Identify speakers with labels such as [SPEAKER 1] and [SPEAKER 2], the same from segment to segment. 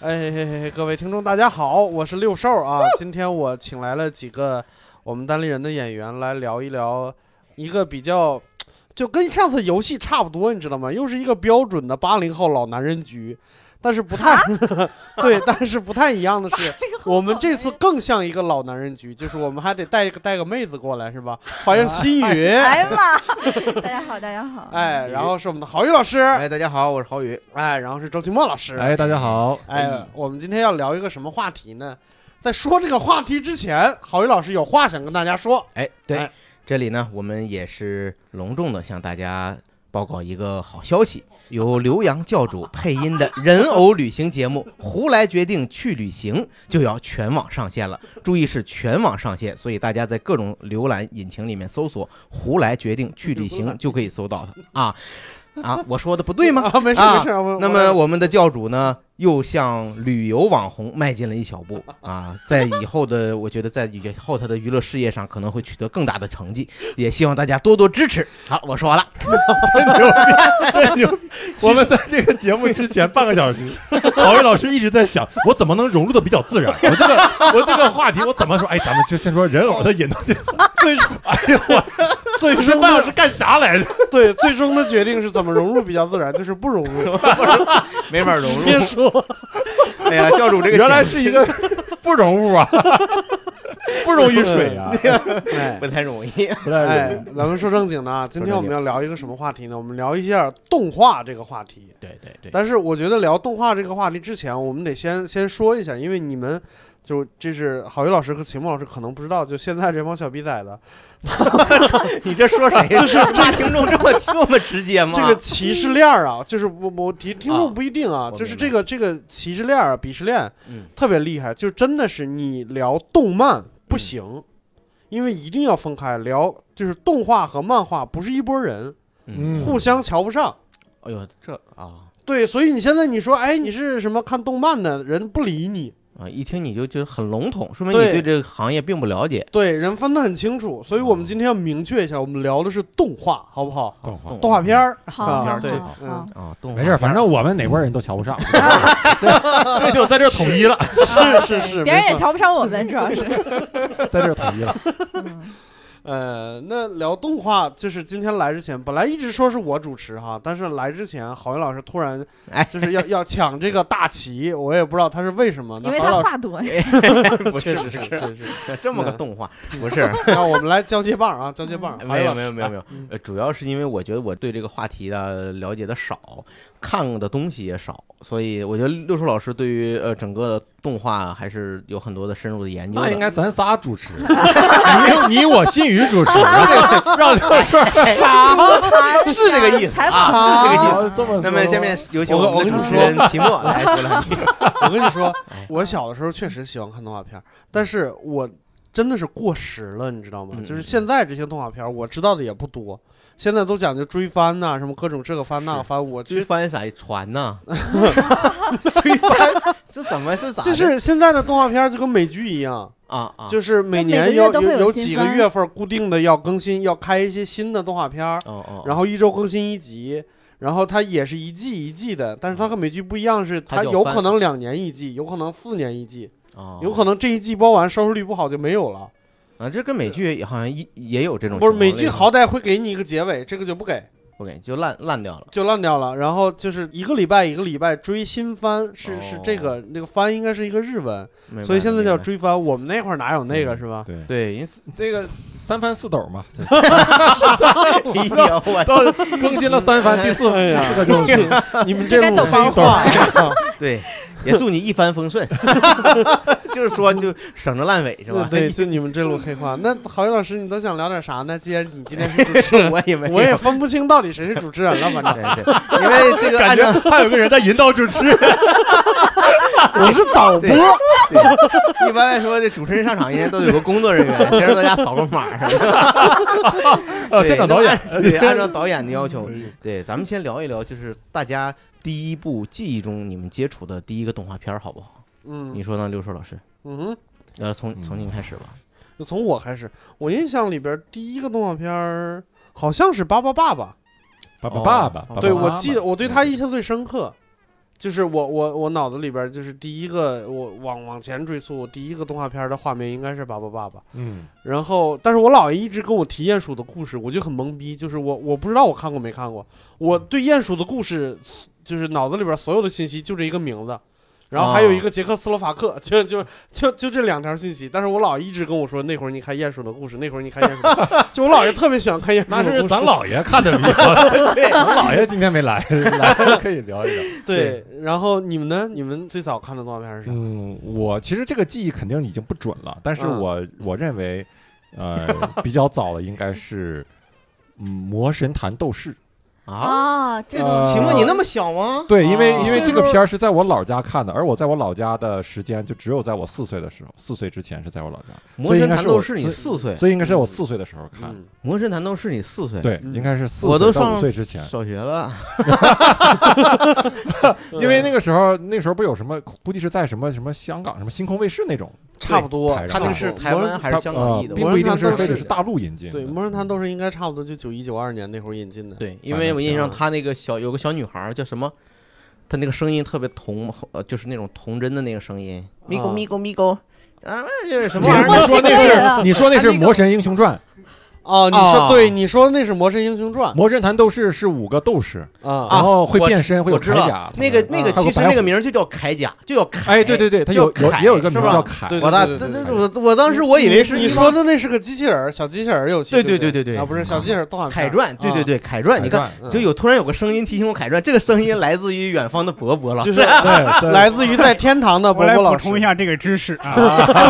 [SPEAKER 1] 各位听众大家好，我是六兽啊。今天我请来了几个我们单立人的演员来聊一聊一个比较，就跟上次游戏差不多，你知道吗？又是一个标准的80后老男人局。但是不太对，但是不太一样的是，我们这次更像一个老男人局，就是我们还得带个妹子过来，是吧？欢迎新宇。
[SPEAKER 2] 哎呀妈！大家好，大家好。
[SPEAKER 1] 哎，然后是我们的郝宇老师。
[SPEAKER 3] 哎，大家好，我是郝宇。
[SPEAKER 1] 哎，然后是周奇墨老师。
[SPEAKER 4] 哎，大家好。
[SPEAKER 1] 哎，我们今天要聊一个什么话题呢？在说这个话题之前，郝宇老师有话想跟大家说。
[SPEAKER 3] 哎，对，这里呢，我们也是隆重的向大家报告一个好消息。由刘洋教主配音的人偶旅行节目《胡来决定去旅行》就要全网上线了，注意是全网上线，所以大家在各种浏览引擎里面搜索“胡来决定去旅行”就可以搜到它啊！我说的不对吗？
[SPEAKER 1] 没事。
[SPEAKER 3] 那么我们的教主呢，又向旅游网红迈进了一小步啊！在以后的，我觉得在以后他的娱乐事业上可能会取得更大的成绩，也希望大家多多支持。好，我说完了，
[SPEAKER 4] 真牛！我们在这个节目之前半个小时，郝宇老师一直在想，我怎么能融入的比较自然？我这个话题我怎么说？哎，咱们就先说人偶的引导。
[SPEAKER 1] 最终，哎呦我，最终
[SPEAKER 4] 半小时干啥来着？
[SPEAKER 1] 对，最终的决定是怎么融入比较自然，就是不融入，
[SPEAKER 3] 没法融入。
[SPEAKER 1] 别说，
[SPEAKER 3] 哎呀，教主这个
[SPEAKER 4] 原来是一个不融入啊，不溶于水啊，
[SPEAKER 3] 不太容易。
[SPEAKER 1] 哎，咱们说正经的啊，今天我们要聊一个什么话题呢？我们聊一下动画这个话题。
[SPEAKER 3] 对。
[SPEAKER 1] 但是我觉得聊动画这个话题之前，我们得先说一下，因为你们。就这是郝宇老师和秦墨老师可能不知道，就现在这帮小逼崽子，
[SPEAKER 3] 你这说谁呀？
[SPEAKER 1] 就是
[SPEAKER 3] 骂听众这么直接吗？
[SPEAKER 1] 这个歧视链啊，就是我听众不一定啊，就是这个歧视链鄙视链，特别厉害，就真的是你聊动漫不行，因为一定要分开聊，就是动画和漫画不是一拨人，互相瞧不上。
[SPEAKER 3] 哎呦，这啊，
[SPEAKER 1] 对，所以你现在你说，哎，你是什么看动漫的人不理你。
[SPEAKER 3] 一听你就觉得很笼统，说明你对这个行业并不了解。
[SPEAKER 1] 对，人分得很清楚，所以我们今天要明确一下，我们聊的是动画，好不好？动画片儿，
[SPEAKER 2] 好，
[SPEAKER 1] 对，
[SPEAKER 3] 动画
[SPEAKER 4] 没事，反正我们哪拨人都瞧不上，这就在这统一了。
[SPEAKER 1] 是，
[SPEAKER 2] 别人也瞧不上我们，主要是
[SPEAKER 4] 在这统一了。
[SPEAKER 1] 那聊动画就是今天来之前，本来一直说是我主持哈，但是来之前郝云老师突然就是要抢这个大旗，我也不知道他是为什么。
[SPEAKER 2] 因为他话多。
[SPEAKER 3] 确实是这么个动画，不是。
[SPEAKER 1] 那我们来交接棒啊，交接棒。
[SPEAKER 3] 没有，主要是因为我觉得我对这个话题的了解的少，看的东西也少，所以我觉得六叔老师对于整个动画还是有很多的深入的研究。
[SPEAKER 4] 那应该咱仨主持，你我新宇主持，让六叔
[SPEAKER 3] 啥是这个意思啊？这个意
[SPEAKER 4] 思。
[SPEAKER 3] 那么下面有请我们的主持人齐墨来说两句。
[SPEAKER 1] 我跟你说，我小的时候确实喜欢看动画片，但是我真的是过时了，你知道吗？就是现在这些动画片我知道的也不多。现在都讲究追番呐，什么各种这个番那个番，我
[SPEAKER 3] 追番啥传呐？追番是怎么是咋？
[SPEAKER 1] 就是现在的动画片就跟美剧一样
[SPEAKER 3] 啊，
[SPEAKER 1] 就是每年有几个月份固定的要更新，要开一些新的动画片，然后一周更新一集，然后它也是一季一季的，但是它和美剧不一样，是它有可能2年一季，有可能4年一季，有可能这一季播完收视率不好就没有了。
[SPEAKER 3] 这跟美剧好像也有这种情况，
[SPEAKER 1] 不是美剧好歹会给你一个结尾，这个就不给，
[SPEAKER 3] 就烂掉了，
[SPEAKER 1] 然后就是一个礼拜追新番，是这个那个番应该是一个日文，所以现在叫追番。我们那会儿哪有那个是吧？
[SPEAKER 3] 对，
[SPEAKER 4] 这个3番4斗嘛，
[SPEAKER 3] 都
[SPEAKER 4] 更新了3番，第四个就是
[SPEAKER 1] 你们这路黑化，
[SPEAKER 3] 对。也祝你一帆风顺，就是说就省着烂尾是吧？
[SPEAKER 1] 对，就你们这路黑化。那郝宇老师，你都想聊点啥呢？既然你今天是主持人，我也分不清到底谁是主持人了，反正
[SPEAKER 3] 对，因为这个
[SPEAKER 4] 感觉还有个人在引导主持人，
[SPEAKER 1] 我是导播。
[SPEAKER 3] 一般来说，这主持人上场应该都有个工作人员，先让大家扫个码什么的。
[SPEAKER 4] 现场导演，
[SPEAKER 3] 对，按照导演的要求，对，咱们先聊一聊，就是大家第一部记忆中你们接触的第一个动画片好不好？你说呢，六叔老师？从您开始吧。
[SPEAKER 1] 就从我开始，我印象里边第一个动画片好像是《巴巴爸爸》。
[SPEAKER 4] 爸爸，
[SPEAKER 1] 对，我记得我对他印象最深刻。 就是我脑子里边就是第一个，我往前追溯，第一个动画片的画面应该是《巴巴爸爸》。然后，但是我姥爷一直跟我提鼹鼠的故事，我就很懵逼，就是我不知道我看过没看过。我对鼹鼠的故事，就是脑子里边所有的信息就这一个名字。然后还有一个捷克斯洛伐克，就这2条信息。但是我姥爷一直跟我说，那会儿你看鼹鼠的故事，那会儿你看鼹鼠的故事。就我姥爷特别喜欢看鼹鼠的故事。
[SPEAKER 4] 那是咱姥爷看的比较对，咱姥爷今天没来可以聊一聊。
[SPEAKER 1] 对，然后你们呢？你们最早看的动画片是啥？
[SPEAKER 4] 我其实这个记忆肯定已经不准了，但是我认为，比较早的应该是，魔神坛斗士。
[SPEAKER 3] 这秦墨你那么小吗？
[SPEAKER 4] 对，因为这个片儿是在我老家看的，而我在我老家的时间就只有在我4岁的时候，4岁之前是在我老家。
[SPEAKER 3] 魔神坛斗士你4岁，
[SPEAKER 4] 所以应该是我4岁的时候看。
[SPEAKER 3] 魔神坛斗士你4岁，
[SPEAKER 4] 对，应该是4岁
[SPEAKER 3] 我都上
[SPEAKER 4] 5岁之前。
[SPEAKER 3] 小学了，
[SPEAKER 4] 因为那个时候不有什么，估计是在什么香港什么星空卫视那种。
[SPEAKER 1] 差不多，
[SPEAKER 3] 他那是台湾还是香港译的，
[SPEAKER 4] 并不一定是非得是大陆引进。
[SPEAKER 1] 对，魔神坛斗士应该差不多就91、92年那会儿引进的。
[SPEAKER 3] 对，因为我印象他那个有个小女孩叫什么，她那个声音特别就是那种童真的那个声音，咪咕咪咕咪咕啊，就是什么玩意
[SPEAKER 4] 儿？你说那是《魔神英雄传》。
[SPEAKER 1] 哦，你说那是《魔神英雄传》。
[SPEAKER 4] 魔神坛斗士是5个斗士然后会变身，会有铠甲。
[SPEAKER 3] 那个其实那个名就叫铠甲，就叫铠。
[SPEAKER 4] 哎，对，它也有一个名叫铠。
[SPEAKER 3] 我当时我以为是
[SPEAKER 1] 你说的那是个机器人，小机器人游戏。
[SPEAKER 3] 对
[SPEAKER 1] 啊，不是小机器人动画
[SPEAKER 3] 片。铠传，对，铠传。你看，就突然有个声音提醒我铠传，这个声音来自于远方的伯伯了，
[SPEAKER 1] 就是来自于在天堂的伯伯老师。
[SPEAKER 5] 我来补充一下这个知识啊，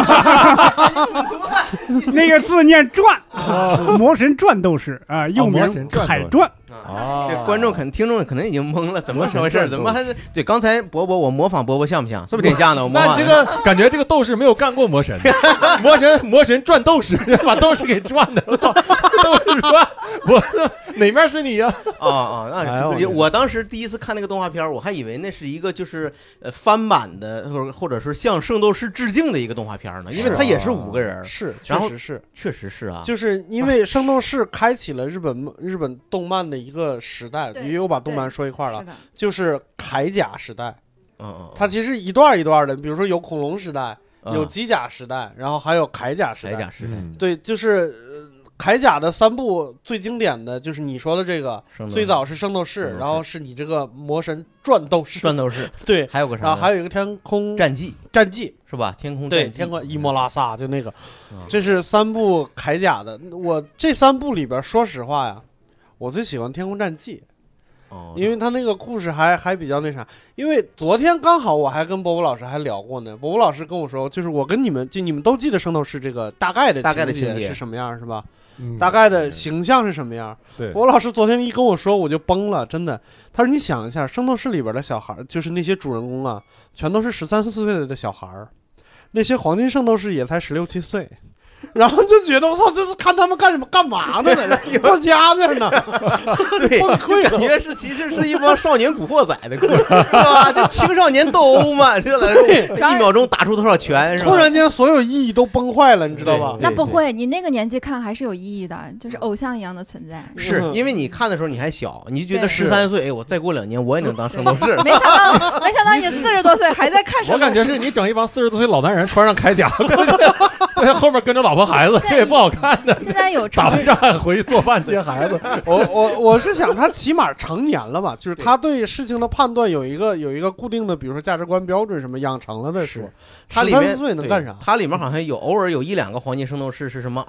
[SPEAKER 5] 那个字念传。魔神传斗士啊，又名铠传。
[SPEAKER 3] 这观众听众可能已经懵了，怎么回事？怎么还是对？刚才伯伯我模仿伯伯像不像？是不是挺像的？我模仿。
[SPEAKER 4] 那这个感觉这个斗士没有干过魔神，魔神转斗士，把斗士给转的。我操！斗士说：“我哪面是你呀？”
[SPEAKER 3] 那我当时第一次看那个动画片，我还以为那是一个就是翻版的，或者是向圣斗士致敬的一个动画片呢，因为它也是5个人。
[SPEAKER 1] 是，确实是啊，就是因为圣斗士开启了日本动漫的一个时代，因为我把动漫说一块了，就是铠甲时代。它其实一段一段的，比如说有恐龙时代，有机甲时代，然后还有铠甲时代。对，就是铠甲的3部最经典的就是你说的这个，最早是圣斗士，然后是你这个魔神转斗士，对，
[SPEAKER 3] 还有个啥？
[SPEAKER 1] 还有一个天空战记
[SPEAKER 3] 是吧？天空
[SPEAKER 1] 战记，对，天空伊莫拉萨就那个，这是3部铠甲的。我这3部里边，说实话呀，我最喜欢天空战记。因为他那个故事还比较那啥，因为昨天刚好我还跟波波老师还聊过呢，波波老师跟我说，就是我跟你们都记得圣斗士这个大概的情节是什么样是吧？大概的形象是什么样？
[SPEAKER 4] 对，
[SPEAKER 1] 波波老师昨天一跟我说我就崩了，真的。他说你想一下，圣斗士里边的小孩，就是那些主人公啊，全都是13、14岁的小孩，那些黄金圣斗士也才16、17岁。然后就觉得我操，就是看他们干嘛呢？在这过家家呢，
[SPEAKER 3] 对，感觉其实是一帮少年古惑仔的故事，是吧？就青少年斗殴嘛，这1秒钟打出多少拳，
[SPEAKER 1] 突然间所有意义都崩坏了，你知道吧？
[SPEAKER 2] 那不会，你那个年纪看还是有意义的，就是偶像一样的存在。
[SPEAKER 3] 是因为你看的时候你还小，你就觉得13岁，哎，我再过2年我也能当圣斗士。
[SPEAKER 2] 没想到你40多岁还在看圣斗士。
[SPEAKER 4] 我感觉是你整一帮40多岁老男人穿上铠甲，后面跟着老婆孩子，这也不好看的。
[SPEAKER 2] 现在有
[SPEAKER 4] 打完仗回去做饭接孩子。
[SPEAKER 1] 我是想他起码成年了吧，就是他对事情的判断有一个固定的，比如说价值观标准什么养成了再说。
[SPEAKER 3] 他里面
[SPEAKER 1] 13、14岁能干啥？
[SPEAKER 3] 他里面好像偶尔有1、2个黄金圣斗士是什么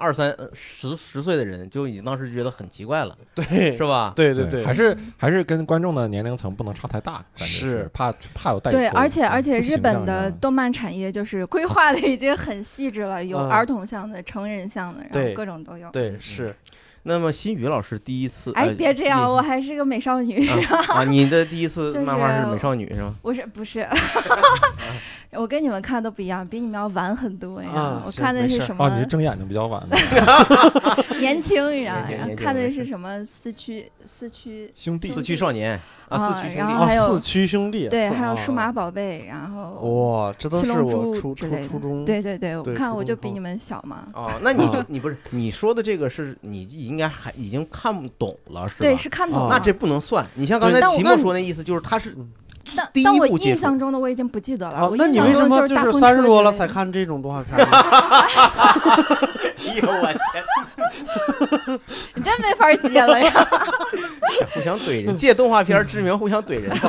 [SPEAKER 3] 20、30岁的人，就已经当时觉得很奇怪了，
[SPEAKER 1] 对，
[SPEAKER 3] 是吧？
[SPEAKER 1] 对，
[SPEAKER 4] 还是跟观众的年龄层不能差太大，是怕有代沟。
[SPEAKER 2] 对，而且日本的动漫产业就是规划的已经很细致了，有儿童向的、成人向的，然后各种都有。
[SPEAKER 1] 对，是。
[SPEAKER 3] 那么新宇老师第一次，
[SPEAKER 2] 别这样，我还是个美少女
[SPEAKER 3] 你的第一次漫画是美少女是吗？
[SPEAKER 2] 不是我跟你们看都不一样，比你们要晚很多呀。我看的是什么？
[SPEAKER 4] 你是睁眼睛比较晚的，
[SPEAKER 2] 年轻呀，看的是什么四驱
[SPEAKER 4] 兄弟，
[SPEAKER 3] 四驱少年四驱兄弟，
[SPEAKER 2] 然后还有
[SPEAKER 1] 四驱兄弟，
[SPEAKER 2] 对，还有数码宝贝，然后
[SPEAKER 1] 哇，这都是我初中，
[SPEAKER 2] 对，我看我就比你们小嘛。
[SPEAKER 3] 那你不是你说的这个是你应该已经看不懂了是吧？
[SPEAKER 2] 对，是看懂了。
[SPEAKER 3] 那这不能算。你像刚才齐墨说那意思，就是他是第
[SPEAKER 2] 但我
[SPEAKER 3] 一部接触。
[SPEAKER 2] 印象中的我已经不记得了。
[SPEAKER 1] 那你为什么就是30多了才看这种动画片呢？
[SPEAKER 3] 哎呦我天！
[SPEAKER 2] 你真没法接了呀！
[SPEAKER 3] 互相怼人，借动画片之名互相怼人。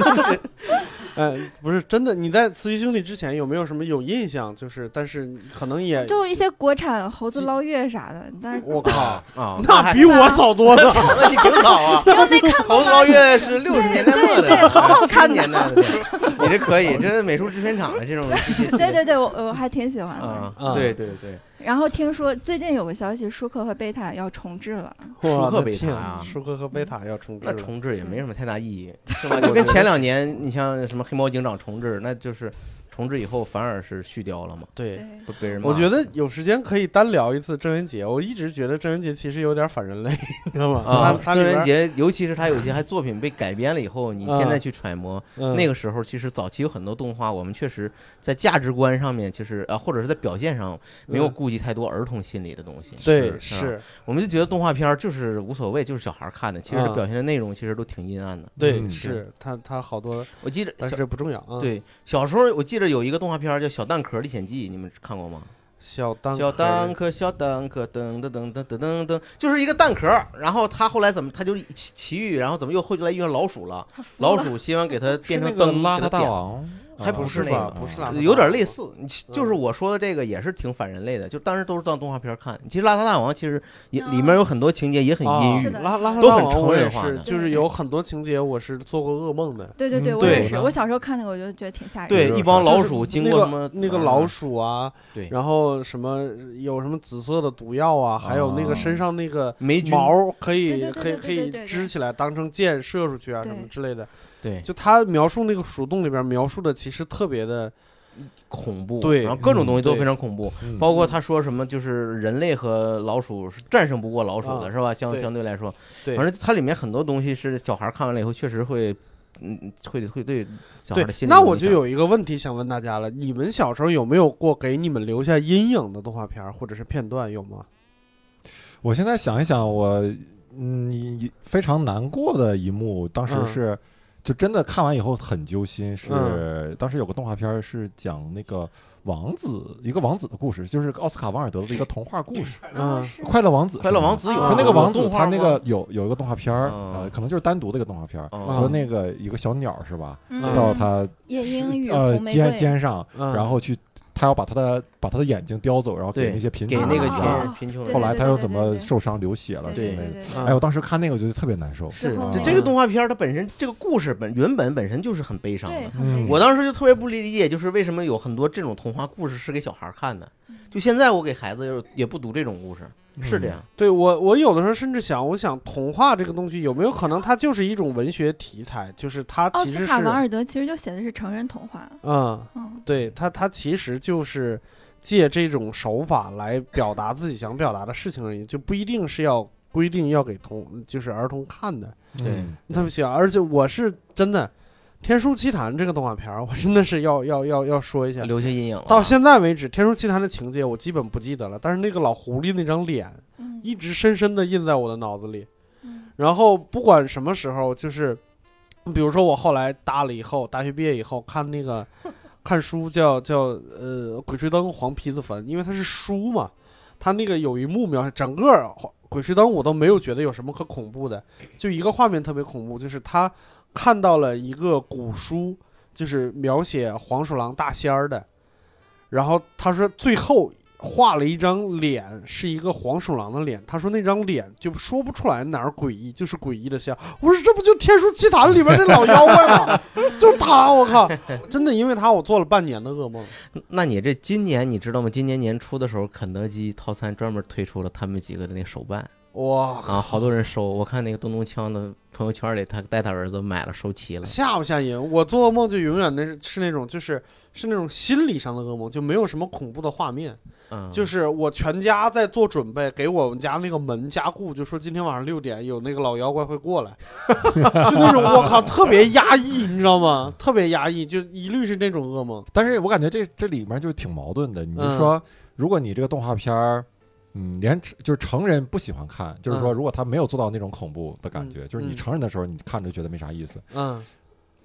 [SPEAKER 1] 不是真的。你在《慈禧兄弟》之前有没有什么有印象？就是但是可能也
[SPEAKER 2] 就一些国产猴子捞月啥的，但是
[SPEAKER 1] 我靠
[SPEAKER 3] 啊，
[SPEAKER 1] 那比我早多了。
[SPEAKER 3] 那你挺早啊！
[SPEAKER 2] 你又没看过
[SPEAKER 3] 猴子捞月是60年代末的，
[SPEAKER 2] 对，好好看
[SPEAKER 3] 年代的。你这可以，这是美术制片厂的这种。
[SPEAKER 2] 对，我还挺喜欢的。
[SPEAKER 3] 啊，对。
[SPEAKER 2] 然后听说最近有个消息，舒克和贝塔要重置了。
[SPEAKER 3] 舒克贝塔啊，
[SPEAKER 1] 舒克和贝塔要重置，
[SPEAKER 3] 那重置也没什么太大意义，是吧？就跟前2年你像什么黑猫警长重置，那就是重置以后反而是续貂了嘛。
[SPEAKER 1] 对，
[SPEAKER 3] 不被人骂。
[SPEAKER 1] 我觉得有时间可以单聊一次郑渊洁。我一直觉得郑渊洁其实有点反人类，你知道吗？
[SPEAKER 3] 郑渊洁，尤其是他有些作品被改编了以后，你现在去揣摩，那个时候其实早期有很多动画，我们确实在价值观上面，就是或者是在表现上没有顾及太多儿童心理的东西。
[SPEAKER 1] 对，是，
[SPEAKER 3] 我们就觉得动画片就是无所谓，就是小孩看的，其实表现的内容其实都挺阴暗的。
[SPEAKER 1] 对，是他好多，
[SPEAKER 3] 我记得，
[SPEAKER 1] 但是这不重要啊。
[SPEAKER 3] 对，小时候我记得有一个动画片叫《小蛋壳历险记》，你们看过吗？
[SPEAKER 1] 小蛋
[SPEAKER 3] 壳，噔噔噔噔噔，就是一个蛋壳。然后他后来怎么，他就奇遇，然后怎么又后来遇上老鼠了？老鼠希望给他变成灯，
[SPEAKER 4] 邋遢大王。
[SPEAKER 3] 还不是那个，
[SPEAKER 1] 不是邋遢，
[SPEAKER 3] 有点类似，就是我说的这个也是挺反人类的，就当时都是当动画片看。其实邋遢大王其实也里面有很多情节也很阴郁，
[SPEAKER 1] 邋遢
[SPEAKER 3] 都很成人化的，
[SPEAKER 1] 就是有很多情节我是做过噩梦的。
[SPEAKER 2] 对，我也是，我小时候看那个我就觉得挺吓人。
[SPEAKER 3] 对，一帮老鼠经过什么
[SPEAKER 1] 那个老鼠啊，
[SPEAKER 3] 对，
[SPEAKER 1] 然后什么有什么紫色的毒药啊，还有那个身上那个毛可以支起来当成箭射出去啊什么之类的。
[SPEAKER 3] 对，
[SPEAKER 1] 就他描述那个鼠洞里边描述的其实特别的
[SPEAKER 3] 恐怖，
[SPEAKER 1] 对，
[SPEAKER 3] 然后各种东西都非常恐怖，包括他说什么就是人类和老鼠是战胜不过老鼠的，是吧？相对来说，
[SPEAKER 1] 对，
[SPEAKER 3] 反正它里面很多东西是小孩看完了以后确实会对小孩的心理。
[SPEAKER 1] 那我就有一个问题想问大家了，你们小时候有没有过给你们留下阴影的动画片或者是片段，有吗？
[SPEAKER 4] 我现在想一想，我非常难过的一幕，当时是。就真的看完以后很揪心，是当时有个动画片是讲那个一个王子的故事，就是奥斯卡王尔德的一个童话故事。快乐王子有那个王子，他那个有一个动画片可能就是单独的一个动画片和那个一个小鸟是吧，到他
[SPEAKER 2] 夜莺与
[SPEAKER 4] 肩上，然后去。他要把他的眼睛叼走，然后给那些贫穷人，后来他又怎么受伤流血了之类的。哎，我当时看那个我觉得特别难受。
[SPEAKER 3] 是，这个动画片它本身这个故事原本身就是很悲伤的。我当时就特别不理解，就是为什么有很多这种童话故事是给小孩看的。就现在我给孩子也不读这种故事。是这样，
[SPEAKER 1] 对我有的时候甚至想，我想童话这个东西有没有可能它就是一种文学题材，就是它其实是
[SPEAKER 2] 奥斯卡王尔德其实就写的是成人童话。
[SPEAKER 1] 对，他其实就是借这种手法来表达自己想表达的事情而已，就不一定是要规定要给就是儿童看的。
[SPEAKER 3] 对，
[SPEAKER 1] 特别喜欢，而且我是真的。《天书奇谭》这个动画片我真的是要说一下，
[SPEAKER 3] 留下阴影了。
[SPEAKER 1] 到现在为止，《天书奇谭》的情节我基本不记得了，但是那个老狐狸那张脸，一直深深的印在我的脑子里。然后不管什么时候，就是比如说我后来大了以后，大学毕业以后看那个看书叫鬼吹灯黄皮子坟，因为它是书嘛，它那个有一幕描写整个鬼吹灯我都没有觉得有什么可恐怖的，就一个画面特别恐怖，就是他看到了一个古书，就是描写黄鼠狼大仙儿的，然后他说最后画了一张脸，是一个黄鼠狼的脸，他说那张脸就说不出来哪儿诡异，就是诡异的像。我说这不就《天书奇谭》里边这老妖怪吗？就他，我靠，真的因为他我做了半年的噩梦。
[SPEAKER 3] 那你这今年你知道吗？今年年初的时候，肯德基套餐专门推出了他们几个的那个手办。
[SPEAKER 1] 哇
[SPEAKER 3] 啊！好多人收，我看那个东东锵的朋友圈里，他带他儿子买了收齐了。
[SPEAKER 1] 吓不吓人？我做噩梦就永远是那种是那种心理上的噩梦，就没有什么恐怖的画面。就是我全家在做准备，给我们家那个门加固，就说今天晚上6点有那个老妖怪会过来，就那种我靠特别压抑，你知道吗？特别压抑，就一律是那种噩梦。
[SPEAKER 4] 但是我感觉这里面就挺矛盾的。你就说，如果你这个动画片儿。连就是成人不喜欢看，就是说，如果他没有做到那种恐怖的感觉，就是你成人的时候，你看着觉得没啥意思。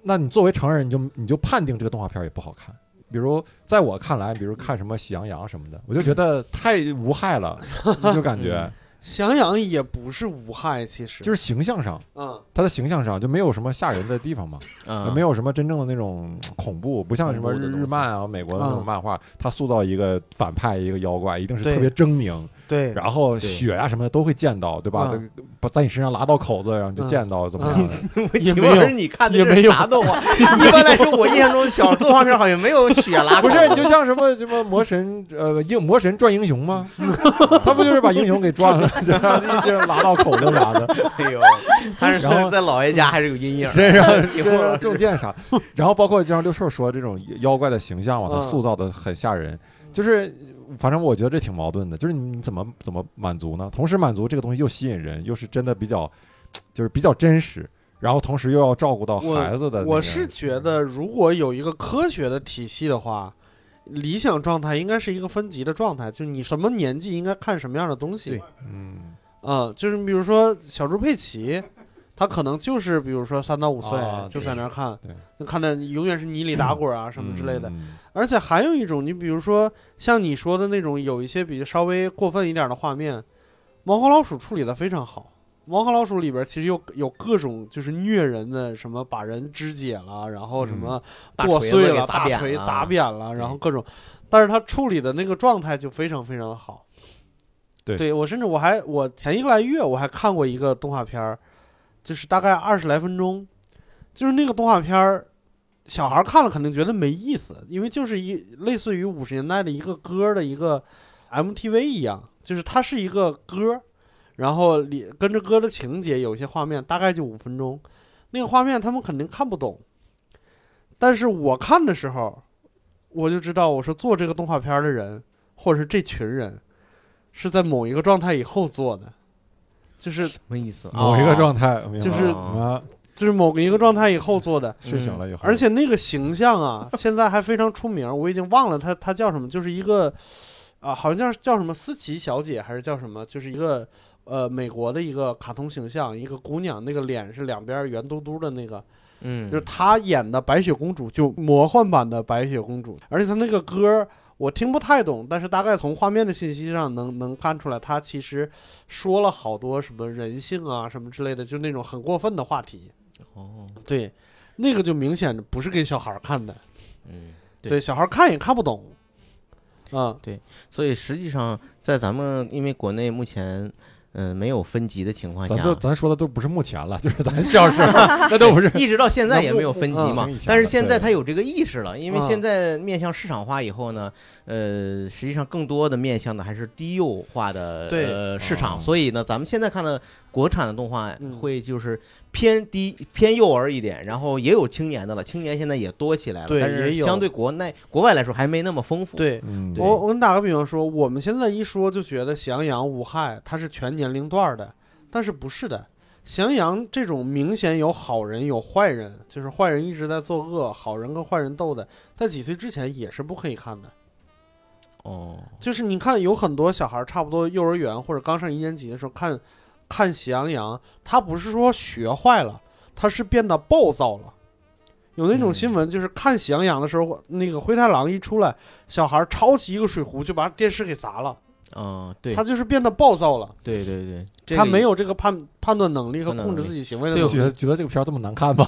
[SPEAKER 4] 那你作为成人，你就判定这个动画片也不好看。比如在我看来，比如看什么《喜羊羊》什么的，我就觉得太无害了，就感觉。
[SPEAKER 1] 喜羊羊也不是无害，其实
[SPEAKER 4] 就是形象上，它的形象上就没有什么吓人的地方嘛，没有什么真正的那种恐怖，不像什么日漫啊、美国的那种漫画，它塑造一个反派、一个妖怪，一定是特别狰狞，
[SPEAKER 1] 对，
[SPEAKER 4] 然后血呀什么的都会见到，对吧？在你身上拉到口子，然后就见到怎么样
[SPEAKER 3] 的？也没有，你看的是啥动画？一般来说，我印象中小动画片好像没有血拉口。
[SPEAKER 4] 不是，你就像什么魔神魔神转英雄吗？他不就是把英雄给转了？就拉到口子啥的，
[SPEAKER 3] 哎呦！但是在姥爷家还是有阴影，
[SPEAKER 4] 身上中箭啥。然后包括就像六兽说这种妖怪的形象嘛，他塑造的很吓人。就是反正我觉得这挺矛盾的，就是你怎么满足呢？同时满足这个东西又吸引人，又是真的比较真实，然后同时又要照顾到孩子的。
[SPEAKER 1] 我是觉得，如果有一个科学的体系的话。理想状态应该是一个分级的状态，就是你什么年纪应该看什么样的东西。
[SPEAKER 4] 对，
[SPEAKER 1] 就是比如说小猪佩奇，他可能就是比如说3到5岁就在那儿看，就看的永远是泥里打滚啊什么之类的。而且还有一种，你比如说像你说的那种，有一些比稍微过分一点的画面，猫和老鼠处理的非常好。猫和老鼠里边其实有各种就是虐人的，什么把人肢解了，然后什么剁碎了，大锤砸扁了，然后各种，但是他处理的那个状态就非常非常的好。对，我甚至我前1个来月我还看过一个动画片，就是大概20来分钟，就是那个动画片小孩看了肯定觉得没意思，因为就是类似于50年代的一个歌的一个 MTV 一样，就是它是一个歌。然后跟着歌的情节有些画面大概就5分钟，那个画面他们肯定看不懂，但是我看的时候我就知道，我说做这个动画片的人或者是这群人是在某一个状态以后做的，就是
[SPEAKER 3] 什么意思？
[SPEAKER 4] 某一个状态
[SPEAKER 1] 就是某一个状态以后做的，
[SPEAKER 4] 睡醒了以后，
[SPEAKER 1] 而且那个形象啊现在还非常出名，我已经忘了他叫什么，就是一个好像叫什么思琪小姐还是叫什么，就是一个美国的一个卡通形象，一个姑娘，那个脸是两边圆嘟嘟的那个，就是她演的白雪公主，就魔幻版的白雪公主，而且她那个歌我听不太懂，但是大概从画面的信息上能看出来，她其实说了好多什么人性啊什么之类的，就那种很过分的话题。对，那个就明显不是给小孩看的，对，小孩看也看不懂。
[SPEAKER 3] 对，所以实际上在咱们因为国内目前没有分级的情况下，
[SPEAKER 4] 咱说的都不是目前了，就是咱小时候那都不是，
[SPEAKER 3] 一直到现在也没有分级嘛。但是现在他有这个意识了，因为现在面向市场化以后呢，实际上更多的面向的还是低幼化的市场，所以呢，咱们现在看的国产的动画会就是偏幼儿一点，然后也有青年的了，青年现在也多起来了，但是相对国外来说还没那么丰富。
[SPEAKER 1] 对，我给你打个比方说，我们现在一说就觉得喜羊羊无害，它是全年龄段的，但是不是的。喜羊羊这种明显有好人有坏人，就是坏人一直在作恶，好人跟坏人斗的，在几岁之前也是不可以看的。就是你看有很多小孩差不多幼儿园或者刚上1年级的时候看喜羊羊，他不是说学坏了，他是变得暴躁了。有那种新闻，就是看喜羊羊的时候，那个灰太狼一出来，小孩抄起一个水壶就把电视给砸了。
[SPEAKER 3] 对，
[SPEAKER 1] 他就是变得暴躁了。
[SPEAKER 3] 对对对，
[SPEAKER 1] 他没有这个判断能力和控制自己行为的能力。
[SPEAKER 4] 觉得这个片这么难看吗？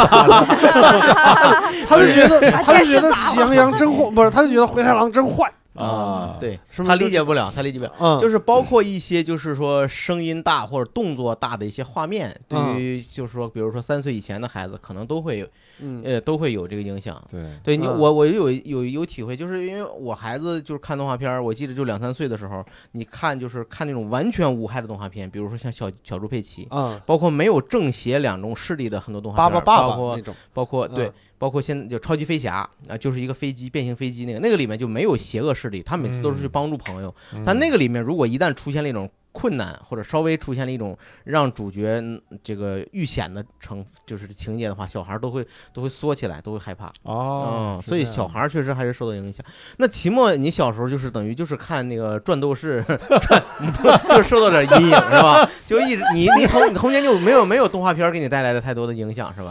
[SPEAKER 1] 他就觉得喜羊羊真坏，不是，他就觉得灰太狼真坏。
[SPEAKER 3] 对，他理解不了，就是包括一些就是说声音大或者动作大的一些画面，对于就是说比如说3岁以前的孩子可能都会有这个影响。对，我有体会，就是因为我孩子就是看动画片，我记得就2、3岁的时候，你看就是看那种完全无害的动画片，比如说像小猪佩奇，包括没有正邪2种势力的很多动画片，包括现在就超级飞侠就是一个飞机变形飞机，那个里面就没有邪恶势力，他每次都是去帮助朋友。但那个里面如果一旦出现了一种困难，或者稍微出现了一种让主角这个遇险的就是情节的话，小孩都会缩起来，都会害怕。所以小孩确实还是受到影响。那期末你小时候就是等于就是看那个转斗士就受到点阴影是吧？就一直你童年就没有动画片给你带来的太多的影响是吧？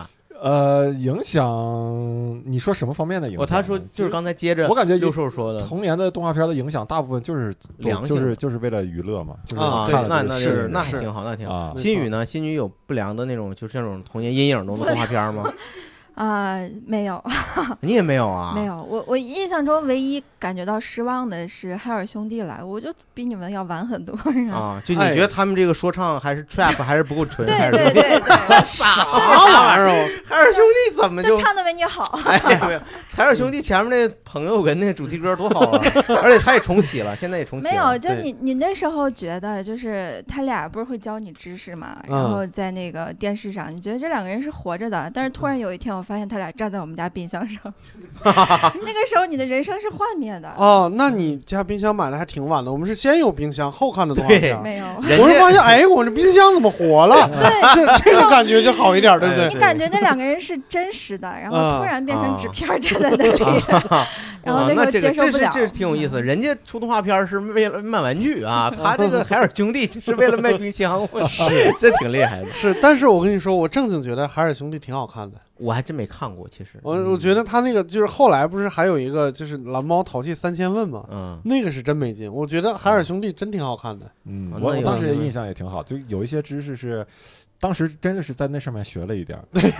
[SPEAKER 4] 影响，你说什么方面的影响？
[SPEAKER 3] 他说就是刚才接着
[SPEAKER 4] 我感觉
[SPEAKER 3] 六兽说的，
[SPEAKER 4] 童年的动画片的影响大部分就是就是为了娱乐嘛，就是
[SPEAKER 3] 那还挺好，那挺好。新宇呢？新宇有不良的那种，就是那种童年阴影中的动画片吗？
[SPEAKER 2] 没有。
[SPEAKER 3] 你也没有啊？
[SPEAKER 2] 没有，我印象中唯一感觉到失望的是海尔兄弟来，我就比你们要晚很多
[SPEAKER 3] 啊。就你觉得他们这个说唱还是 trap 还是不够纯？
[SPEAKER 2] 对，
[SPEAKER 3] 啥玩意儿啊？海尔兄弟怎么就
[SPEAKER 2] 唱的没你好？
[SPEAKER 3] 哎呀，没有，海尔兄弟前面那朋友跟那主题歌多好啊！而且他也重启了，现在也重启了。
[SPEAKER 2] 没有，就你那时候觉得就是他俩不是会教你知识嘛？然后在那个电视上，你觉得这两个人是活着的，但是突然有一天我发现他俩站在我们家冰箱上，那个时候你的人生是幻灭的。
[SPEAKER 1] 哦，那你家冰箱买的还挺晚的，我们是先有冰箱后看的动画片。
[SPEAKER 2] 没有，
[SPEAKER 1] 我是发现，哎，我这冰箱怎么活了？对，这个感觉就好一点，对不对？
[SPEAKER 2] 你感觉那两个人是真实的，然后突然变成纸片站在那里，然后那时候接受不了。
[SPEAKER 3] 这挺有意思，人家出动画片是为了卖玩具啊，他这个海尔兄弟是为了卖冰箱，这挺厉害的。
[SPEAKER 1] 是，但是我跟你说，我正经觉得海尔兄弟挺好看的。
[SPEAKER 3] 我还真没看过，其实
[SPEAKER 1] 我觉得他那个就是后来不是还有一个就是蓝猫淘气3000问嘛，那个是真没劲。我觉得海尔兄弟真挺好看的。
[SPEAKER 4] 我当时印象也挺好，就有一些知识是当时真的是在那上面学了一点。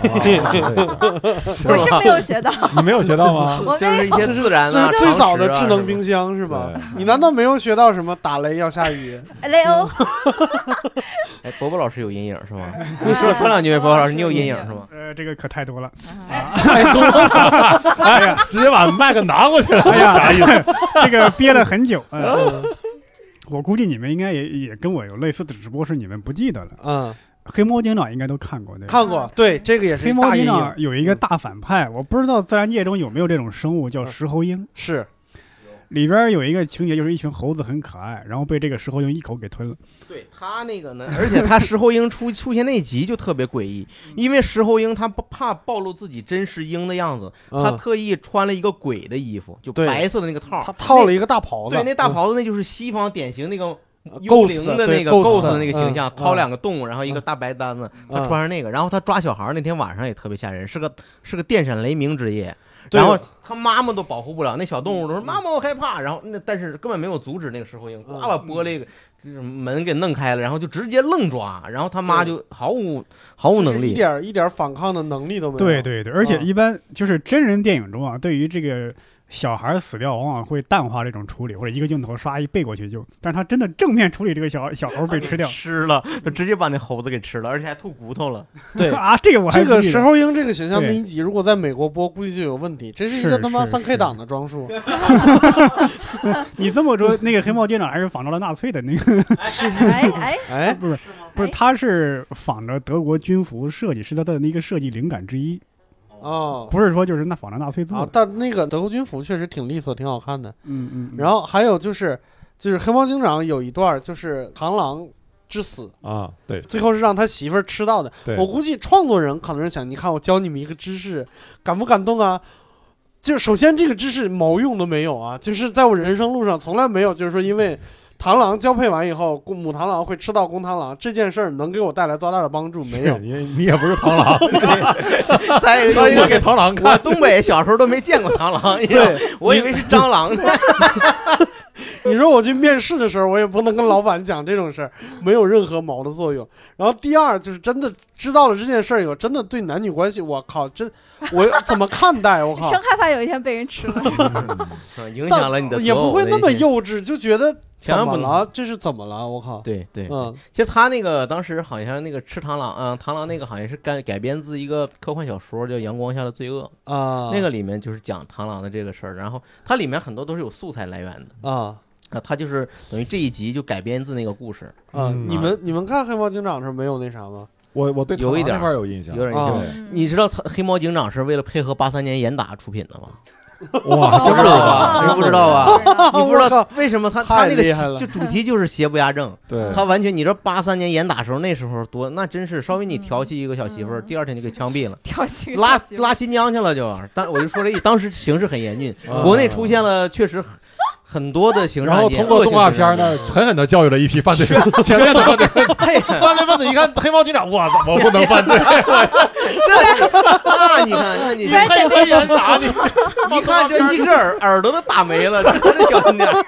[SPEAKER 2] 我是没有学到。
[SPEAKER 4] 你没有学到吗？
[SPEAKER 3] 就是一些自然
[SPEAKER 1] 这是最早的智能冰箱是吧？你难道没有学到什么打雷要下雨？
[SPEAKER 2] 雷欧。
[SPEAKER 3] 哎，伯伯老师有阴影是吗？你说两句，伯伯老师，你有阴影是吗？
[SPEAKER 5] 这个可太多了，
[SPEAKER 1] 太多了！
[SPEAKER 4] 哎呀，直接把麦克拿过去了，
[SPEAKER 5] 哎呀，啥意思？这个憋了很久。我估计你们应该也跟我有类似的，只不过是你们不记得了。黑猫警长应该都看过，对吧？
[SPEAKER 1] 看过，对，这个也是。
[SPEAKER 5] 黑猫警长有一个大反派，我不知道自然界中有没有这种生物，叫石猴鹰。
[SPEAKER 1] 是。
[SPEAKER 5] 里边有一个情节，就是一群猴子很可爱，然后被这个石猴鹰一口给吞了。
[SPEAKER 3] 对他那个呢，而且他石猴鹰出现那集就特别诡异，因为石猴鹰他不怕暴露自己真实鹰的样子，他特意穿了一个鬼的衣服，就白色的那个套，
[SPEAKER 1] 他套了一个大袍子。
[SPEAKER 3] 对，那大袍子那就是西方典型那个幽灵的那个 ghost 的那个形象，掏两个洞，然后一个大白单子，他穿上那个，然后他抓小孩那天晚上也特别吓人，是个电闪雷鸣之夜。然后他妈妈都保护不了，那小动物都说妈妈我害怕，然后但是根本没有阻止那个石猴鹰，呱把玻璃门给弄开了，然后就直接愣抓，然后他妈就毫无能力，
[SPEAKER 1] 一点反抗的能力都没有。
[SPEAKER 5] 对，而且一般就是真人电影中啊，对于这个小孩死掉往往会淡化这种处理，或者一个镜头刷一背过去就，但是他真的正面处理这个小猴被吃掉，
[SPEAKER 3] 吃了，就直接把那猴子给吃了，而且还吐骨头了。
[SPEAKER 1] 对
[SPEAKER 5] 啊，这个我还
[SPEAKER 1] 这个石猴鹰这个形象那一集，如果在美国播，估计就有问题。这是一个他妈3K 党的装束。
[SPEAKER 5] 你这么说，那个黑猫警长还是仿照了纳粹的那个。
[SPEAKER 2] 哎，
[SPEAKER 5] 不是，他是仿着德国军服设计，是他的那个设计灵感之一。不是说就是那仿着纳粹做的，
[SPEAKER 1] 但那个德国军服确实挺利索，挺好看的。然后还有就是黑猫警长有一段就是螳螂之死
[SPEAKER 4] 啊，对，
[SPEAKER 1] 最后是让他媳妇儿吃到的。我估计创作人可能是想，你看我教你们一个知识，感不感动啊？就首先这个知识毛用都没有啊，就是在我人生路上从来没有，就是说因为螳螂交配完以后，母螳螂会吃到公螳螂这件事儿能给我带来多大的帮助？没有，
[SPEAKER 4] 你也不是螳螂。
[SPEAKER 3] 再一个，
[SPEAKER 4] 应该给螳螂看。
[SPEAKER 3] 我东北小时候都没见过螳螂，对，我以为是蟑螂呢。
[SPEAKER 1] 你说我去面试的时候，我也不能跟老板讲这种事儿，没有任何毛的作用。然后第二就是真的知道了这件事儿以后，真的对男女关系，我靠，我怎么看待？我靠，
[SPEAKER 2] 生害怕有一天被人吃了，
[SPEAKER 3] 影响了你的，
[SPEAKER 1] 也不会那么幼稚，就觉得怎么了？这是怎么了？我靠！
[SPEAKER 3] 对，其实他那个当时好像那个吃螳螂，螳螂那个好像是改编自一个科幻小说叫《阳光下的罪恶》啊，那个里面就是讲螳螂的这个事儿，然后它里面很多都是有素材来源的啊。他就是等于这一集就改编自那个故事
[SPEAKER 1] 啊。你们看黑猫警长的时候没有那啥吗？
[SPEAKER 4] 我对
[SPEAKER 3] 有一点
[SPEAKER 4] 有印象，
[SPEAKER 3] 有点印象。你知道黑猫警长是为了配合83年严打出品的吗？
[SPEAKER 4] 哇，
[SPEAKER 3] 不知道吧？你不知道吧？你不知道为什么他那个就主题就是邪不压正。
[SPEAKER 4] 对，
[SPEAKER 3] 他完全，你知道83年严打时候那时候多，那真是稍微你调戏一个小媳妇儿，第二天就给枪毙了，拉新疆去了就。但我就说这当时形势很严峻，国内出现了确实很多的刑事
[SPEAKER 4] 然后
[SPEAKER 3] 案件，
[SPEAKER 4] 通过动画片呢，狠狠的教育了一批犯罪分子，前面的犯罪分子，犯罪分子一看黑猫警长，我操，我不能犯罪，
[SPEAKER 3] 那你看，那你
[SPEAKER 4] 黑黑人打你，
[SPEAKER 3] 一看这一只耳朵都打没了，真的小心点儿，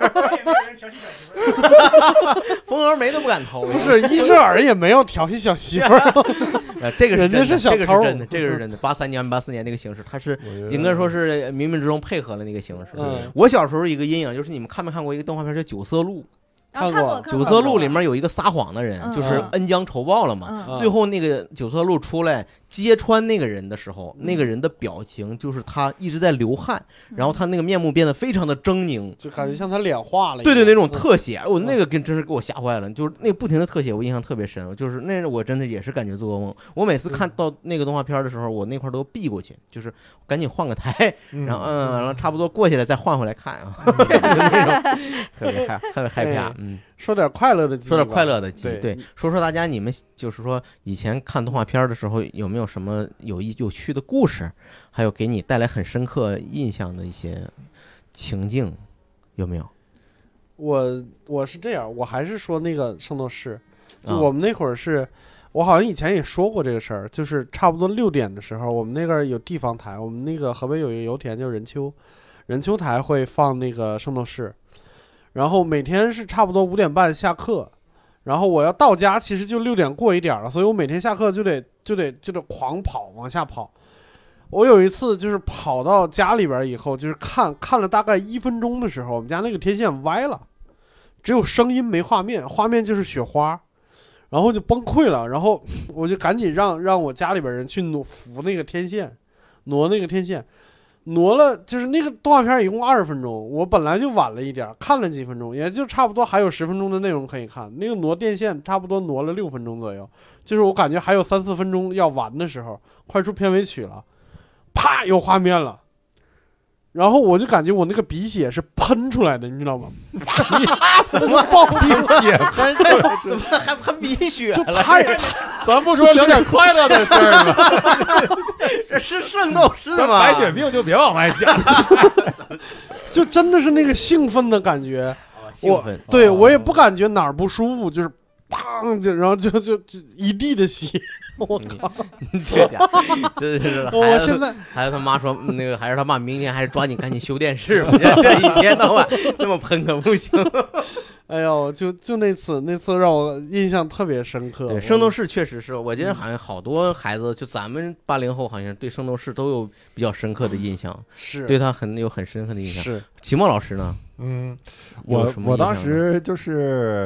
[SPEAKER 3] 风油梅都不敢偷，
[SPEAKER 1] 不是一只耳也没有调戏小媳妇儿，
[SPEAKER 3] 这个
[SPEAKER 1] 人家是小偷，
[SPEAKER 3] 这个是真的，这个是真的。83年那个形式，他是应该说是冥冥之中配合了那个形式。我小时候一个阴影就是你们看没看过一个动画片叫《九色鹿》？
[SPEAKER 2] 看过
[SPEAKER 3] 九色鹿里面有一个撒谎的人，就是恩将仇报了嘛。最后那个九色鹿出来揭穿那个人的时候，那个人的表情就是他一直在流汗，然后他那个面目变得非常的狰狞，
[SPEAKER 1] 就感觉像他脸化了。
[SPEAKER 3] 对对，那种特写，我那个真是给我吓坏了，就是那不停的特写，我印象特别深。就是那我真的也是感觉做噩梦。我每次看到那个动画片的时候，我那块都避过去，就是赶紧换个台，然后然后差不多过去了再换回来看啊，那种特别害怕。
[SPEAKER 1] 说点快乐的记忆，
[SPEAKER 3] 说点快乐的记忆。对，说大家你们就是说以前看动画片的时候有没有什么有趣的故事，还有给你带来很深刻印象的一些情境，有没有？
[SPEAKER 1] 我是这样，我还是说那个圣斗士，就我们那会儿是。我好像以前也说过这个事儿，就是差不多6点的时候，我们那个有地方台，我们那个河北有一个油田叫任丘台会放那个圣斗士。然后每天是差不多5点半下课，然后我要到家其实就6点过一点了，所以我每天下课就得狂跑往下跑。我有一次就是跑到家里边以后，就是看了大概1分钟的时候，我们家那个天线歪了，只有声音没画面，画面就是雪花，然后就崩溃了。然后我就赶紧让我家里边人去扶那个天线，挪那个天线。挪了，就是那个动画片一共20分钟，我本来就晚了一点，看了几分钟，也就差不多还有10分钟的内容可以看。那个挪电线差不多挪了6分钟左右，就是我感觉还有3、4分钟要完的时候，快出片尾曲了，啪有画面了，然后我就感觉我那个鼻血是喷出来的，你知道吗？
[SPEAKER 3] 怎么
[SPEAKER 1] 爆鼻
[SPEAKER 4] 血喷出来？
[SPEAKER 3] 怎么还喷鼻血了？
[SPEAKER 4] 咱不说聊点快乐的事儿吗？
[SPEAKER 3] 这是圣斗士吗？
[SPEAKER 4] 白血病就别往外讲，
[SPEAKER 1] 就真的是那个兴奋的感觉。
[SPEAKER 3] 兴奋，
[SPEAKER 1] 对我也不感觉哪儿不舒服，就是砰就然后就一地的血。我靠！
[SPEAKER 3] 这家伙真是
[SPEAKER 1] 我现在
[SPEAKER 3] 孩子他妈说那个，还是他妈明天还是抓紧赶紧修电视吧，这一天到晚这么喷可不行。
[SPEAKER 1] 哎呦，就那次让我印象特别深刻。
[SPEAKER 3] 对，圣斗士确实是，我觉得好像好多孩子，就咱们80后，好像对圣斗士都有比较深刻的印象，
[SPEAKER 1] 是
[SPEAKER 3] 对他有很深刻的印象。
[SPEAKER 1] 是，
[SPEAKER 3] 齐墨老师呢？
[SPEAKER 4] 我当时就是。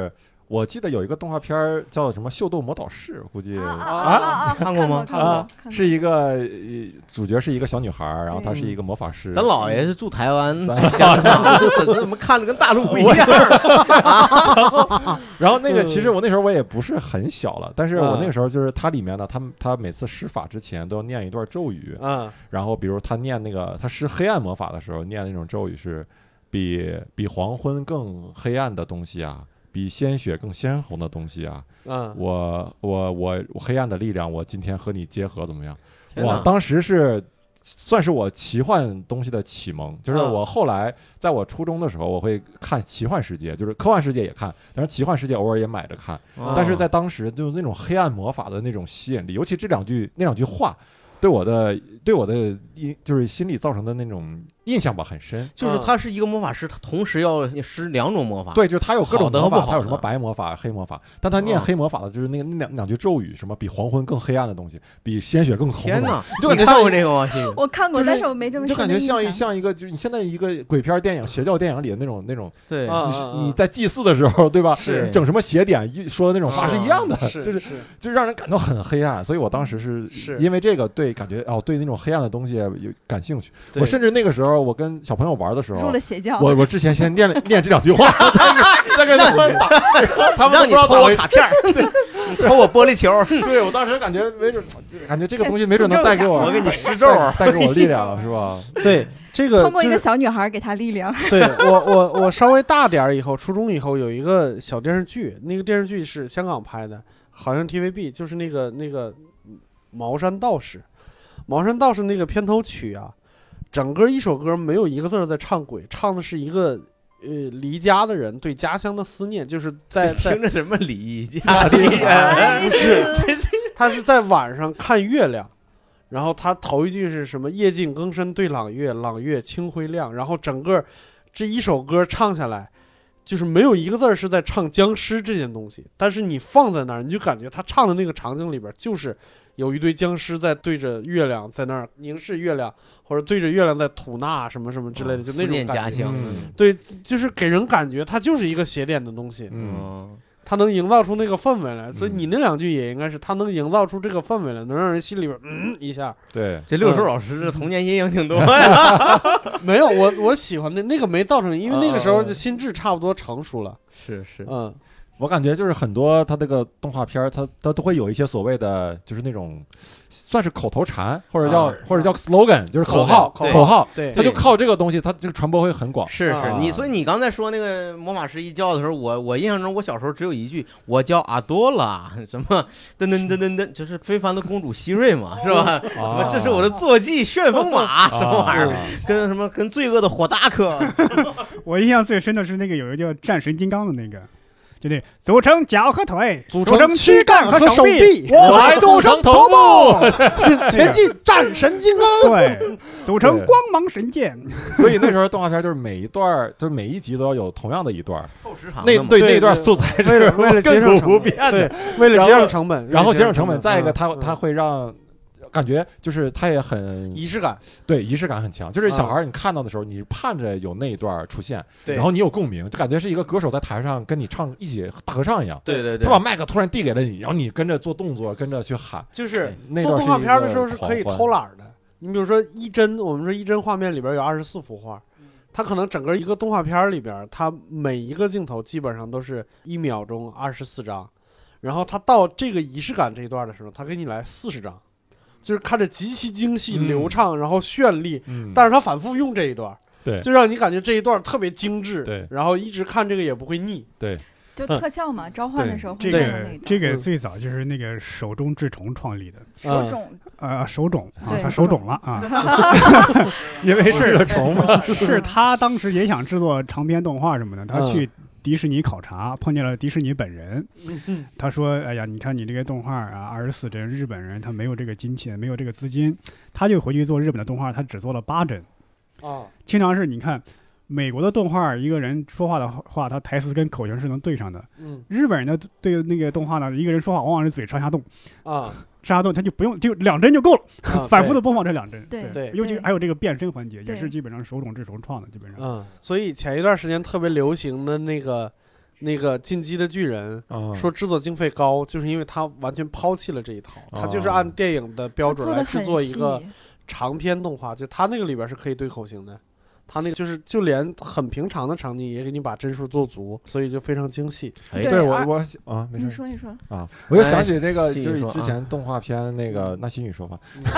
[SPEAKER 4] 我记得有一个动画片叫什么《秀逗魔导士》，估计
[SPEAKER 3] 看过吗？
[SPEAKER 2] 看过，
[SPEAKER 4] 是一个主角是一个小女孩，然后她是一个魔法师。
[SPEAKER 3] 咱姥爷是住台湾，这怎么看着跟大陆不一样？
[SPEAKER 4] 然后那个其实我那时候我也不是很小了，但是我那个时候就是它里面呢，他每次施法之前都要念一段咒语，然后比如他念那个他施黑暗魔法的时候念那种咒语是比黄昏更黑暗的东西啊。比鲜血更鲜红的东西啊！我黑暗的力量，我今天和你结合怎么样？我当时是算是我奇幻东西的启蒙，就是我后来在我初中的时候，我会看奇幻世界，就是科幻世界也看，但是奇幻世界偶尔也买着看。但是在当时就是那种黑暗魔法的那种吸引力，尤其那两句话。对我的就是心理造成的那种印象吧，很深。
[SPEAKER 3] 就是他是一个魔法师，他同时要施2种魔法。
[SPEAKER 4] 对，就是他有各种魔法，
[SPEAKER 3] 他
[SPEAKER 4] 有什么白魔法、黑魔法。但他念黑魔法的就是那两句咒语，什么比黄昏更黑暗的东西，比鲜血更红。
[SPEAKER 3] 天哪！
[SPEAKER 4] 就感觉
[SPEAKER 3] 看过这个吗？
[SPEAKER 2] 我看过，但是我没这么深的印象。
[SPEAKER 4] 就感觉像一个，就是你现在一个鬼片电影、邪教电影里的那种。
[SPEAKER 3] 对，
[SPEAKER 4] 你在祭祀的时候，对吧？
[SPEAKER 1] 是
[SPEAKER 4] 整什么邪典说的那种话是一样的，就让人感到很黑暗。所以我当时是因为这个感觉对那种黑暗的东西有感兴趣。我甚至那个时候，我跟小朋友玩的时候，
[SPEAKER 2] 入了邪教。
[SPEAKER 4] 我之前先念这2句话，再给他们打，他们
[SPEAKER 3] 让你偷我卡片，偷我玻璃球。
[SPEAKER 4] 对，我当时感觉没准，感觉这个东西没准能带给我
[SPEAKER 3] 给你施咒，
[SPEAKER 4] 带给我力量，是吧？
[SPEAKER 1] 对，这个
[SPEAKER 2] 通过一个小女孩给她力量。
[SPEAKER 1] 对我稍微大点以后，初中以后有一个小电视剧，那个电视剧是香港拍的，好像 TVB， 就是那个茅山道士那个片头曲啊，整个一首歌没有一个字在唱鬼，唱的是一个离家的人对家乡的思念，就是在
[SPEAKER 3] 听着什么离家的人，
[SPEAKER 1] 不是，他是在晚上看月亮。然后他头一句是什么？夜静更深对朗月，朗月清辉亮。然后整个这一首歌唱下来，就是没有一个字是在唱僵尸这件东西，但是你放在那儿，你就感觉他唱的那个场景里边，就是有一堆僵尸在对着月亮在那儿凝视月亮，或者对着月亮在吐纳什么什么之类的，就那种感觉。对，就是给人感觉它就是一个邪典的东西。它能营造出那个氛围来，所以你那两句也应该是它能营造出这个氛围来，能让人心里边一下。
[SPEAKER 4] 对，
[SPEAKER 3] 这六叔老师这童年阴影挺多呀。
[SPEAKER 1] 没有，我喜欢那个没造成，因为那个时候就心智差不多成熟了。
[SPEAKER 3] 是，
[SPEAKER 4] 我感觉就是很多他这个动画片它都会有一些所谓的就是那种算是口头禅或者叫 slogan， 就是口号，
[SPEAKER 1] 对，
[SPEAKER 4] 他就靠这个东西，他这个传播会很广。
[SPEAKER 3] 是所以你刚才说那个魔法师一叫的时候，我印象中我小时候只有一句，我叫阿多拉，什么噔噔噔噔噔，就是非凡的公主希瑞嘛，是吧？什么这是我的坐骑旋风马，什么玩意儿？跟罪恶的火达克。
[SPEAKER 5] 我印象最深的是那个有一个叫战神金刚的那个。就得组成脚和腿，
[SPEAKER 1] 组成躯干和手臂，
[SPEAKER 5] 我来组成头部，
[SPEAKER 1] 前进战神金刚。
[SPEAKER 5] 对，组成光芒神剑。
[SPEAKER 4] 所以那时候动画片就是每一段，就是每一集都要有同样的一段，
[SPEAKER 3] 凑时长。
[SPEAKER 4] 那段素材是
[SPEAKER 1] 为了节省不变的，为了节省成本，
[SPEAKER 4] 然后节省成本。再一个，它会让。感觉就是它也很
[SPEAKER 1] 仪式感，
[SPEAKER 4] 对，仪式感很强。就是小孩你看到的时候，你盼着有那一段出现，
[SPEAKER 1] 对，
[SPEAKER 4] 然后你有共鸣，就感觉是一个歌手在台上跟你唱一起大合唱一样。
[SPEAKER 3] 对，
[SPEAKER 4] 他把麦克突然递给了你，然后你跟着做动作，跟着去喊。
[SPEAKER 1] 就是做动画片的时候是可以偷懒的。你比如说我们说一帧画面里边有24幅画，它可能整个一个动画片里边，它每一个镜头基本上都是1秒钟24张，然后它到这个仪式感这一段的时候，它给你来40张。就是看着极其精细流畅，然后绚丽，但是他反复用这一段，
[SPEAKER 4] 对，
[SPEAKER 1] 就让你感觉这一段特别精致，
[SPEAKER 4] 对，
[SPEAKER 1] 然后一直看这个也不会腻，
[SPEAKER 4] 对，
[SPEAKER 2] 就特效嘛，召唤的时候会
[SPEAKER 5] 用的那这个最早就是那个手冢治虫创立的，手冢啊，他手冢了啊，
[SPEAKER 4] 因为是个虫嘛，
[SPEAKER 5] 是他当时也想制作长篇动画什么的，他去迪士尼考察，碰见了迪士尼本人，他说：“哎呀，你看你这个动画啊，24帧，日本人他没有这个金钱，没有这个资金，他就回去做日本的动画，他只做了8帧。经常是你看美国的动画，一个人说话的话，他台词跟口型是能对上的。日本人的对那个动画呢，一个人说话往往是嘴上下动上下动，他就不用就2帧就够了，反复的播放这2帧。
[SPEAKER 2] 对，
[SPEAKER 5] 尤其还有这个变身环节，也是基本上手冢治虫创的，基本上。
[SPEAKER 1] 所以前一段时间特别流行的那个进击的巨人，说制作经费高，就是因为他完全抛弃了这一套，他就是按电影的标准来制作一个长篇动画，就他那个里边是可以对口型的。他那个就连很平常的场景也给你把帧数做足，所以就非常精细。
[SPEAKER 4] 对我没事。
[SPEAKER 2] 你说
[SPEAKER 4] 啊，我就想起那个就是之前动画片那个那心语说话，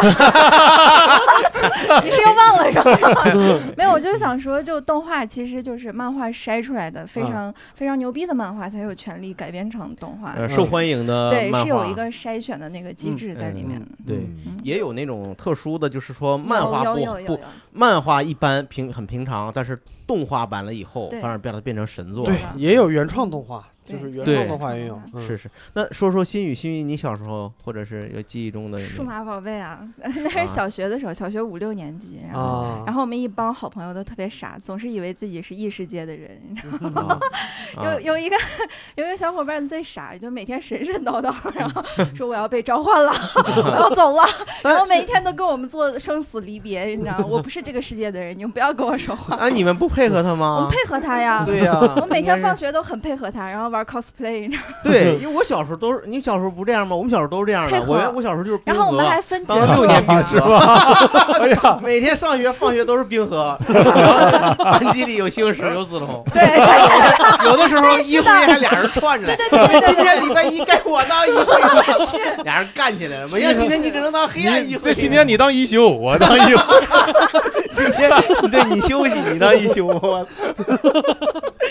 [SPEAKER 2] 你是又忘了是吧？没有，我就想说，就动画其实就是漫画筛出来的，非常非常牛逼的漫画才有权利改编成动画，
[SPEAKER 3] 受欢迎的
[SPEAKER 2] 对，是有一个筛选的那个机制在里面的。
[SPEAKER 3] 对，也有那种特殊的，就是说漫画不漫画一般很平常，但是动画版了以后反而变成神作。
[SPEAKER 1] 对，也有原创动画，就是原创动画也有。
[SPEAKER 3] 是。那说说心语，你小时候或者是有记忆中的
[SPEAKER 2] 数码宝贝啊，那是小学的时候，小学5、6年级，然后我们一帮好朋友都特别傻，总是以为自己是异世界的人，你知道吗？有一个小伙伴最傻，就每天神叨叨，然后说我要被召唤了，我要走了，然后每一天都跟我们做生死离别，你知道吗？我不是这个世界的人，你们不要跟我说话。
[SPEAKER 3] 你们不配合他吗？
[SPEAKER 2] 我们配合他呀。
[SPEAKER 3] 对呀，
[SPEAKER 2] 我每天放学都很配合他，然后玩 cosplay， 你知道吗？
[SPEAKER 3] 对，因为我小时候都是，你小时候不这样吗？我们小时候都是这样的。我小时候就是冰河，
[SPEAKER 2] 然后我们还分
[SPEAKER 3] 当6年冰河，每天上学放学都是冰河，班级里有星矢有子龙，
[SPEAKER 2] 对，
[SPEAKER 3] 有的时候一回还俩人串着，
[SPEAKER 2] 对，
[SPEAKER 3] 今天礼拜一该我当一回，俩人干起来了。呀，今天你只能当黑暗一回，
[SPEAKER 4] 今天你当一休，我当一回，
[SPEAKER 3] 今天对你休息，你当一休，我操！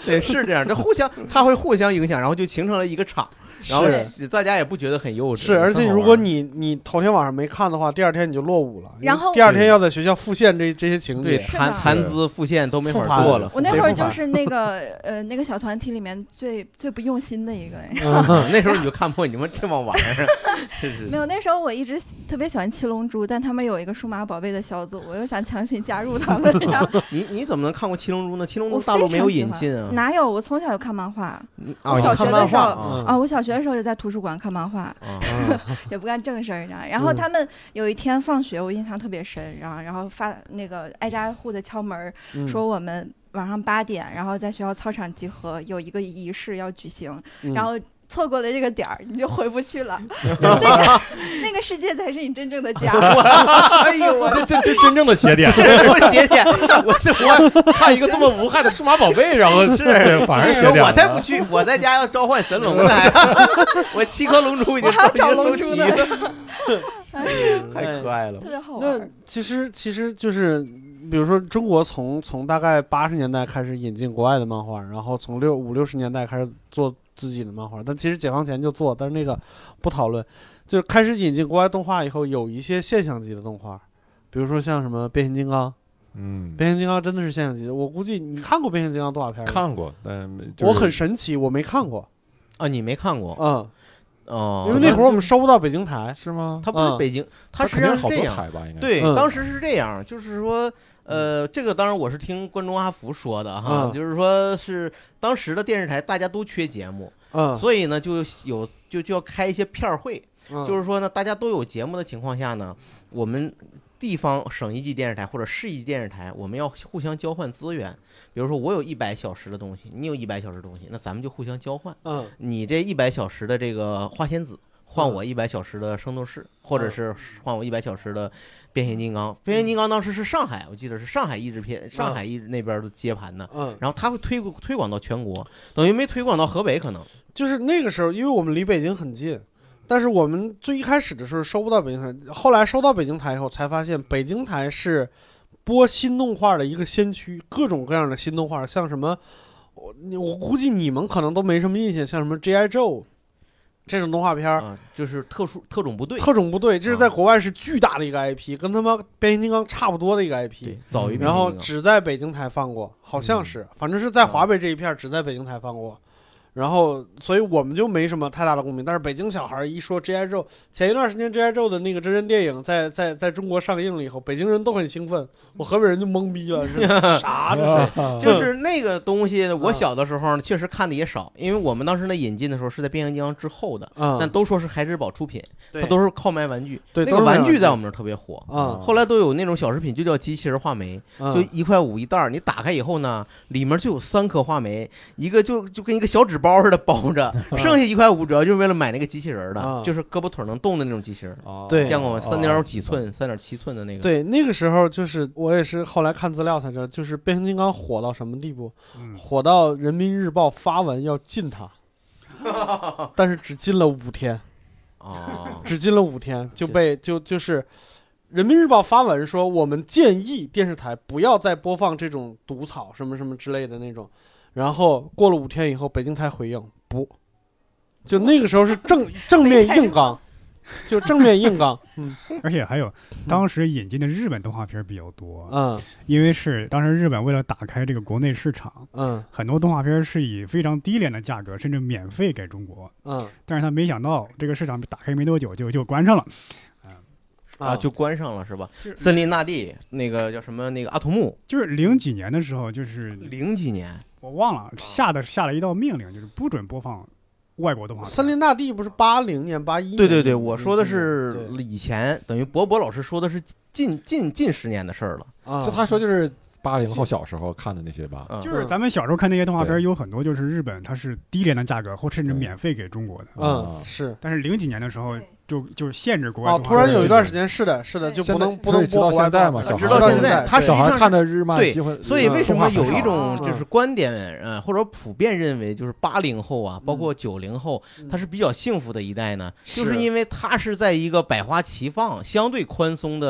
[SPEAKER 3] 对，是这样，它会互相影响，然后就形成了一个场。然后大家也不觉得很幼稚，
[SPEAKER 1] 是，而且如果你头天晚上没看的话，第二天你就落伍了，
[SPEAKER 2] 然后
[SPEAKER 1] 第二天要在学校复现这些情节，
[SPEAKER 3] 对，谈资复现都没法做了。
[SPEAKER 2] 我那会儿就是那个小团体里面最不用心的一个，
[SPEAKER 3] 那时候你就看破你们这帮玩意儿，
[SPEAKER 2] 没有，那时候我一直特别喜欢七龙珠，但他们有一个数码宝贝的小组，我又想强行加入他们。
[SPEAKER 3] 你怎么能看过七龙珠呢？七龙珠大陆没有引进啊？
[SPEAKER 2] 哪有？我从小就看漫画，
[SPEAKER 3] 我
[SPEAKER 2] 小学的时候
[SPEAKER 3] 啊，
[SPEAKER 2] 我小学的时候就在图书馆看漫画，也不干正事儿。然后他们有一天放学，我印象特别深，然后发那个挨家挨户的敲门，说我们晚上8点，然后在学校操场集合，有一个仪式要举行，然后错过了这个点儿，你就回不去了。那个世界才是你真正的家。
[SPEAKER 3] 哎呦，我
[SPEAKER 4] 这真正的节点，
[SPEAKER 3] 节点，
[SPEAKER 4] 我看一个这么无害的数码宝贝，然后反而节点。
[SPEAKER 3] 我才不去，我在家要召唤神龙呢。我7颗龙珠已经收齐了，太可爱了，
[SPEAKER 2] 特别好玩。
[SPEAKER 1] 那其实就是，比如说中国从大概80年代开始引进国外的漫画，然后从50-60年代开始做自己的漫画，但其实解放前就做，但是那个不讨论。就是开始引进国外动画以后，有一些现象级的动画，比如说像什么变形金刚，变形金刚真的是现象级的。我估计你看过变形金刚动画片吗？
[SPEAKER 4] 看过，但
[SPEAKER 1] 我很神奇，我没看过
[SPEAKER 3] 啊，你没看过？
[SPEAKER 1] 因为那会儿我们收不到北京台，
[SPEAKER 4] 是吗？
[SPEAKER 3] 它不是北京，它实际上是这样，对，当时是这样，就是说。这个当然我是听观众阿福说的哈，就是说是当时的电视台大家都缺节目，所以呢就要开一些片会，就是说呢大家都有节目的情况下呢，我们地方省一级电视台或者市一级电视台，我们要互相交换资源。比如说我有100小时的东西，你有100小时的东西，那咱们就互相交换。你这100小时的这个花仙子换我100小时的圣斗士，或者是换我100小时的变形金刚。变形金刚当时是上海，我记得是上海译制片，上海译制那边的接盘的。然后他会推广到全国，等于没推广到河北，可能
[SPEAKER 1] 就是那个时候，因为我们离北京很近，但是我们最一开始的时候收不到北京台，后来收到北京台以后，才发现北京台是播新动画的一个先驱，各种各样的新动画，像什么，我估计你们可能都没什么印象，像什么 G.I. Joe。这种动画片
[SPEAKER 3] 就是特种部队，
[SPEAKER 1] 这是在国外是巨大的一个 IP，跟他妈变形金刚差不多的一个 IP，
[SPEAKER 3] 早一
[SPEAKER 1] 然后只在北京台放过，好像是，反正是在华北这一片只在北京台放过。然后，所以我们就没什么太大的共鸣。但是北京小孩一说 G.I. Joe， 前一段时间 G.I. Joe 的那个真人电影在中国上映了以后，北京人都很兴奋，我河北人就懵逼了，啥这是？
[SPEAKER 3] 就是那个东西，我小的时候确实看的也少，因为我们当时那引进的时候是在变形金刚之后的，但都说是孩之宝出品，它都是靠卖玩具。
[SPEAKER 1] 对，
[SPEAKER 3] 那个玩具在我们那儿特别火后来都有那种小食品，就叫机器人画眉，就1块5一袋，你打开以后呢，里面就有3颗画眉，一个就跟一个小纸包似的包着，剩下1块5主要就是为了买那个机器人的，就是胳膊腿能动的那种机器人。
[SPEAKER 1] 对，
[SPEAKER 3] 见过吗？3.几寸、3.7寸的那个。
[SPEAKER 1] 对，那个时候就是我也是后来看资料才知道，就是变形金刚火到什么地步，火到人民日报发文要禁它，但是只禁了5天，只禁了5天就被就是人民日报发文说我们建议电视台不要再播放这种毒草什么什么之类的那种。然后过了5天以后，北京台回应不，就那个时候是正面硬刚，就正面硬刚。
[SPEAKER 5] 而且还有当时引进的日本动画片比较多，因为是当时日本为了打开这个国内市场，很多动画片是以非常低廉的价格甚至免费给中国，但是他没想到这个市场打开没多久就关上了。
[SPEAKER 3] 就关上了是吧？森林大地那个叫什么？那个阿童木，
[SPEAKER 5] 就是00几年的时候，就是
[SPEAKER 3] 00几年，
[SPEAKER 5] 我忘了下了一道命令，就是不准播放外国动画片。
[SPEAKER 1] 森林大地不是80年、81年？
[SPEAKER 3] 对，我说的是以前，等于博老师说的是近10年的事儿了。
[SPEAKER 4] 就他说就是80后小时候看的那些吧，
[SPEAKER 5] 就是咱们小时候看那些动画片，有很多就是日本它是低廉的价格或甚至免费给中国的。
[SPEAKER 1] 是。
[SPEAKER 5] 但是00几年的时候。就限制国外
[SPEAKER 1] 突然有一段时间是的，就不能播
[SPEAKER 4] 国外代嘛，
[SPEAKER 3] 直到现在，他
[SPEAKER 4] 小孩看的日漫，
[SPEAKER 3] 对，所以为什么有一种就是观点或者普遍认为就是80后啊，包括90后，他是比较幸福的一代呢？就是因为他是在一个百花齐放、相对宽松的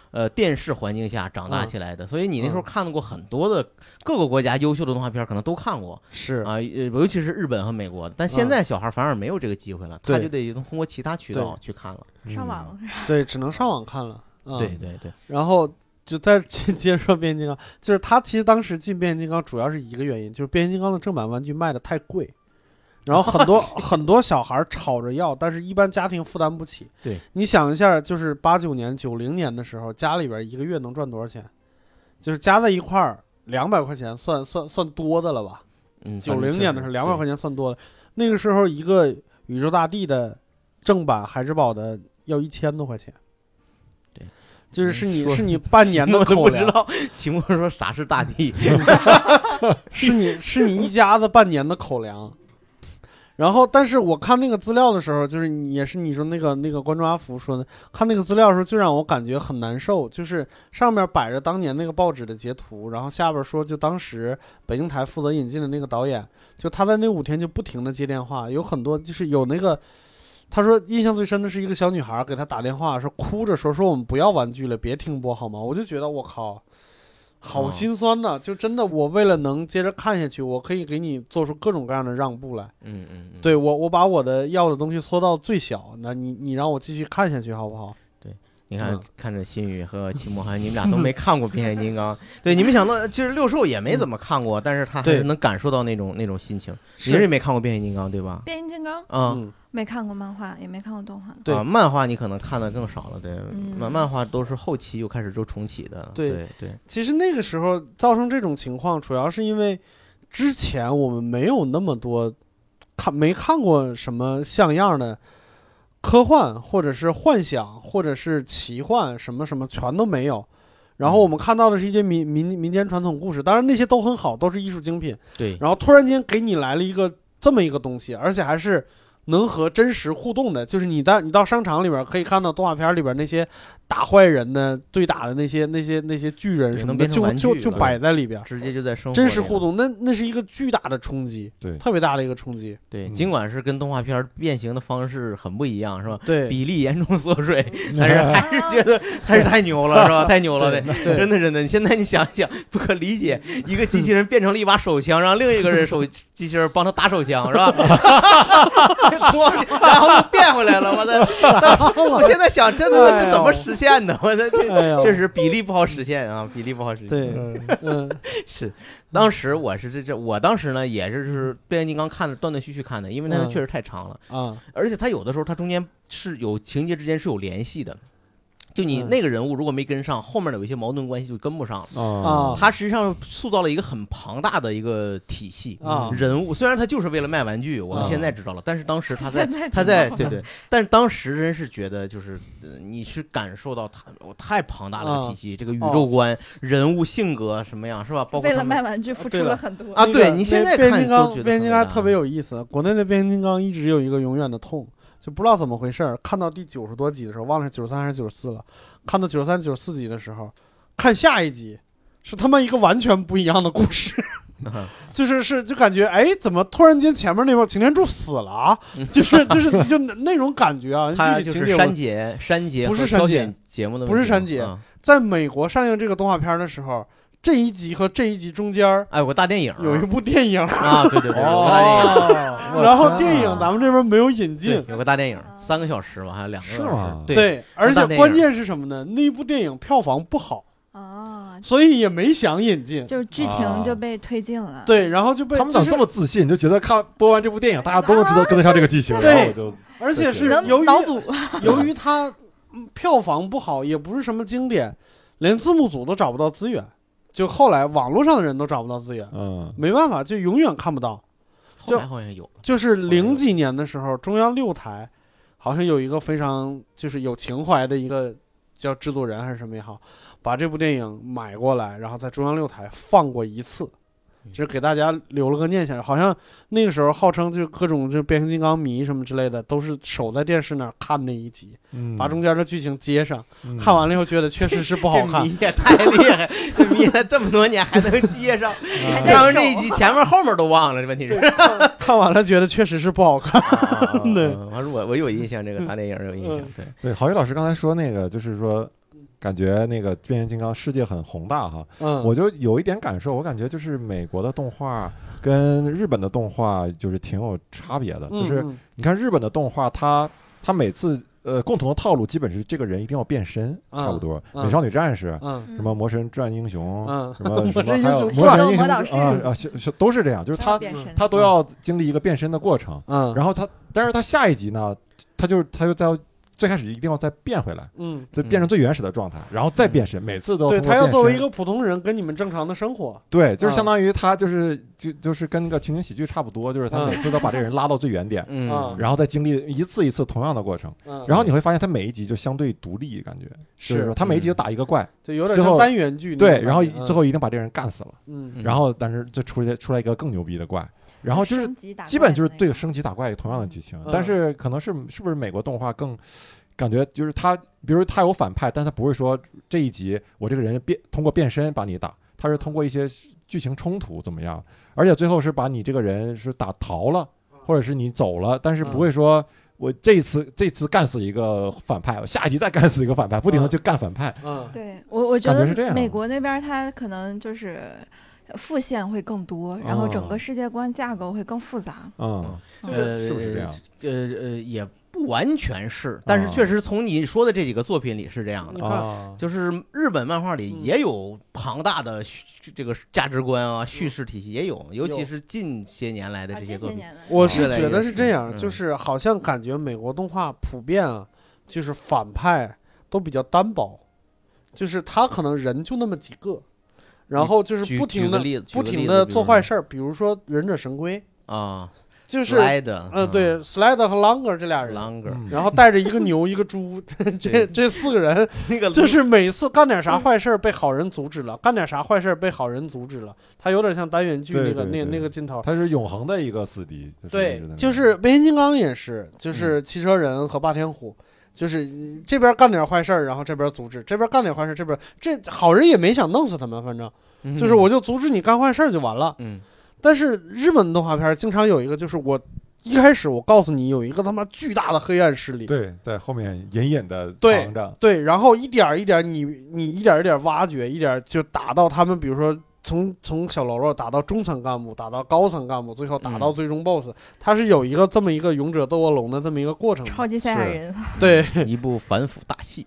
[SPEAKER 3] 电视环境下长大起来的，所以你那时候看过很多的各个国家优秀的动画片，可能都看过。
[SPEAKER 1] 是
[SPEAKER 3] 啊，尤其是日本和美国的，但现在小孩反而没有这个机会了，他就得通过其他渠道去看了，
[SPEAKER 2] 上网。
[SPEAKER 1] 对，只能上网看了。
[SPEAKER 3] 对对对。
[SPEAKER 1] 然后就再接着说变形金刚，就是他其实当时进变形金刚主要是一个原因，就是变形金刚的正版玩具卖的太贵。然后很多小孩吵着要，但是一般家庭负担不起。
[SPEAKER 3] 对，
[SPEAKER 1] 你想一下，就是89年、90年的时候，家里边一个月能赚多少钱？就是加在一块儿200块钱算多的了吧？90年的时候200块钱算多的。那个时候一个宇宙大帝的正版孩之宝的要1000多块钱。
[SPEAKER 3] 对，
[SPEAKER 1] 就是是你半年的口粮。
[SPEAKER 3] 不知道，期末说啥是大帝？
[SPEAKER 1] 是你一家子半年的口粮。然后，但是我看那个资料的时候，就是也是你说那个关注阿福说的，看那个资料的时候，就让我感觉很难受。就是上面摆着当年那个报纸的截图，然后下边说，就当时北京台负责引进的那个导演，就他在那5天就不停的接电话，有很多就是有那个，他说印象最深的是一个小女孩给他打电话，说哭着说我们不要玩具了，别停播好吗？我就觉得我靠。好心酸呐！就真的，我为了能接着看下去，我可以给你做出各种各样的让步来。对我把我的要的东西缩到最小，那你让我继续看下去好不好？
[SPEAKER 3] 对，你看看着新宇和期末，好像你们俩都没看过变形金刚。对，你们想到其实六兽也没怎么看过，但是他还是能感受到那种心情。你也没看过变形金刚对吧？
[SPEAKER 2] 变形金刚没看过漫画，也没看过动画。
[SPEAKER 3] 对，漫画你可能看的更少了。对，漫画都是后期又开始就重启的。对。
[SPEAKER 1] 其实那个时候造成这种情况，主要是因为之前我们没有那么多没看过什么像样的科幻，或者是幻想，或者是奇幻，什么什么全都没有。然后我们看到的是一些民间传统故事，当然那些都很好，都是艺术精品。
[SPEAKER 3] 对。
[SPEAKER 1] 然后突然间给你来了这么一个东西，而且还是能和真实互动的，就是你到商场里边可以看到动画片里边那些打坏人的对打的那些巨人什么的，就摆在里边，
[SPEAKER 3] 直接就在生活
[SPEAKER 1] 真实互动，那是一个巨大的冲击，
[SPEAKER 4] 对，
[SPEAKER 1] 特别大的一个冲击。
[SPEAKER 3] 对，尽管是跟动画片变形的方式很不一样，是吧？
[SPEAKER 1] 对，
[SPEAKER 3] 比例严重缩水，但是还是觉得还是太牛了，是吧？太牛了，对，真的。现在你想一想，不可理解，一个机器人变成了一把手枪，让另一个人机器人帮他打手枪，是吧？然后又变回来了，我的！我现在想，真的这怎么实现的？我的确实比例不好实现啊，比例不好实现。
[SPEAKER 1] 对，
[SPEAKER 3] 是。当时我是我当时呢也是就是变形金刚看的断断续续看的，因为它确实太长了啊，而且它有的时候它中间是有情节之间是有联系的。就你那个人物如果没跟上，后面的有一些矛盾关系就跟不上了啊。他实际上塑造了一个很庞大的一个体系啊，人物虽然他就是为了卖玩具，我们现在知道了，但是当时他在对，但是当时人是觉得就是你是感受到太庞大了的体系，这个宇宙观、人物性格什么样是吧？包括
[SPEAKER 2] 为了卖玩具付出了很多
[SPEAKER 3] 啊。对你现在看都觉得
[SPEAKER 1] 变形金刚特别有意思，国内的变形金刚一直有一个永远的痛。就不知道怎么回事，看到第90多集的时候，忘了是93还是94了。看到93、94集的时候，看下一集，是他妈一个完全不一样的故事，就感觉哎，怎么突然间前面那帮擎天柱死了啊？就那种感觉啊。
[SPEAKER 3] 他就是删节，
[SPEAKER 1] 不是删节
[SPEAKER 3] 节目的，
[SPEAKER 1] 不是删节。在美国上映这个动画片的时候。这一集和这一集中间，
[SPEAKER 3] 有个大电影，
[SPEAKER 1] 有一部电影
[SPEAKER 3] 啊，对，有个大电影。
[SPEAKER 1] 然后电影咱们这边没有引进，
[SPEAKER 3] 有个大电影，3个小时吧，还有2个小时。
[SPEAKER 1] 对，而且关键是什么呢？那部电影票房不好所以也没想引进，
[SPEAKER 2] 就是剧情就被推进了。
[SPEAKER 1] 对，然后就被
[SPEAKER 4] 他们怎么这么自信，就觉得播完这部电影，大家都能知道跟得上这个剧情。
[SPEAKER 1] 对，而且是由于它票房不好，也不是什么经典，连字幕组都找不到资源。就后来网络上的人都找不到资源，没办法，就永远看不到。
[SPEAKER 3] 后来好像有，
[SPEAKER 1] 就是00几年的时候，中央6台好像有一个非常就是有情怀的一个叫制作人还是什么也好，把这部电影买过来，然后在中央6台放过一次，就是给大家留了个念想。好像那个时候号称就各种就变形金刚迷什么之类的，都是守在电视那儿看那一集，把中间的剧情接上。看完了以后觉得确实是不好看，
[SPEAKER 3] 这迷也太厉害，这迷了这么多年还能接上，看完这一集前面后面都忘了，这问题是
[SPEAKER 1] 看完了觉得确实是不好看。对，
[SPEAKER 3] 我有印象，这个大电影有印象。
[SPEAKER 4] 对，郝宇老师刚才说那个就是说。 感觉那个变形金刚世界很宏大哈，我就有一点感受，我感觉就是美国的动画跟日本的动画就是挺有差别的，就是你看日本的动画，它每次共同的套路基本是这个人一定要变身，差不多。美少女战士，什么魔神传英雄，什么还有魔神英雄都是这样，就是他都要经历一个变身的过程，然后但是他下一集呢，他就在最开始一定要再变回来，就变成最原始的状态，然后再变身，每次都
[SPEAKER 1] 对他要作为一个普通人跟你们正常的生活，
[SPEAKER 4] 对，就是相当于他就是跟那个情景喜剧差不多，就是他每次都把这个人拉到最原点，然后再经历一次一次同样的过程，然后你会发现他每一集就相对独立，感觉就是说他每一集就打一个怪，
[SPEAKER 1] 就有点像单元剧，
[SPEAKER 4] 对，然后最后一定把这个人干死了，然后但是就出来一个更牛逼的怪。然后就是基本就是对升级打怪同样的剧情，但是可能是不是美国动画更感觉就是他，比如他有反派，但他不会说这一集我这个人通过变身把你打，他是通过一些剧情冲突怎么样，而且最后是把你这个人是打逃了，或者是你走了，但是不会说我这次干死一个反派，我下一集再干死一个反派，不停的去干反派。
[SPEAKER 2] 对，我觉得美国那边他可能就是副线会更多，然后整个世界观架构会更复杂。
[SPEAKER 4] 是不是这样？
[SPEAKER 3] 也不完全是，但是确实从你说的这几个作品里是这样的。就是日本漫画里也有庞大的这个价值观啊，叙事体系也有，尤其是近些年来的这些作品。
[SPEAKER 1] 我是觉得是这样，就是好像感觉美国动画普遍啊，就是反派都比较单薄，就是他可能人就那么几个。然后就是不停的做坏事儿，比如说忍者神龟
[SPEAKER 3] 啊，
[SPEAKER 1] 就是对 Slide 和 Longer 这俩人，然后带着一个牛一个猪，这4个人，就是每次干点啥坏事被好人阻止了，干点啥坏事被好人阻止了，他有点像单元剧那个镜头，
[SPEAKER 4] 他是永恒的一个死敌。
[SPEAKER 1] 对，就是变形金刚也是，就是汽车人和霸天虎。就是这边干点坏事然后这边阻止，这边干点坏事，这边这好人也没想弄死他们，反正就是我就阻止你干坏事就完了。但是日本动画片经常有一个，就是我一开始我告诉你有一个他妈巨大的黑暗势力，
[SPEAKER 4] 对，在后面隐隐的藏着，
[SPEAKER 1] 对，然后一点一点你一点一点挖掘，一点就打到他们，比如说。从小喽啰打到中层干部，打到高层干部，最后打到最终 BOSS，它是有一个这么一个勇者斗恶龙的这么一个过程。
[SPEAKER 2] 超级赛亚人，
[SPEAKER 1] 对，
[SPEAKER 3] 一部反腐大戏，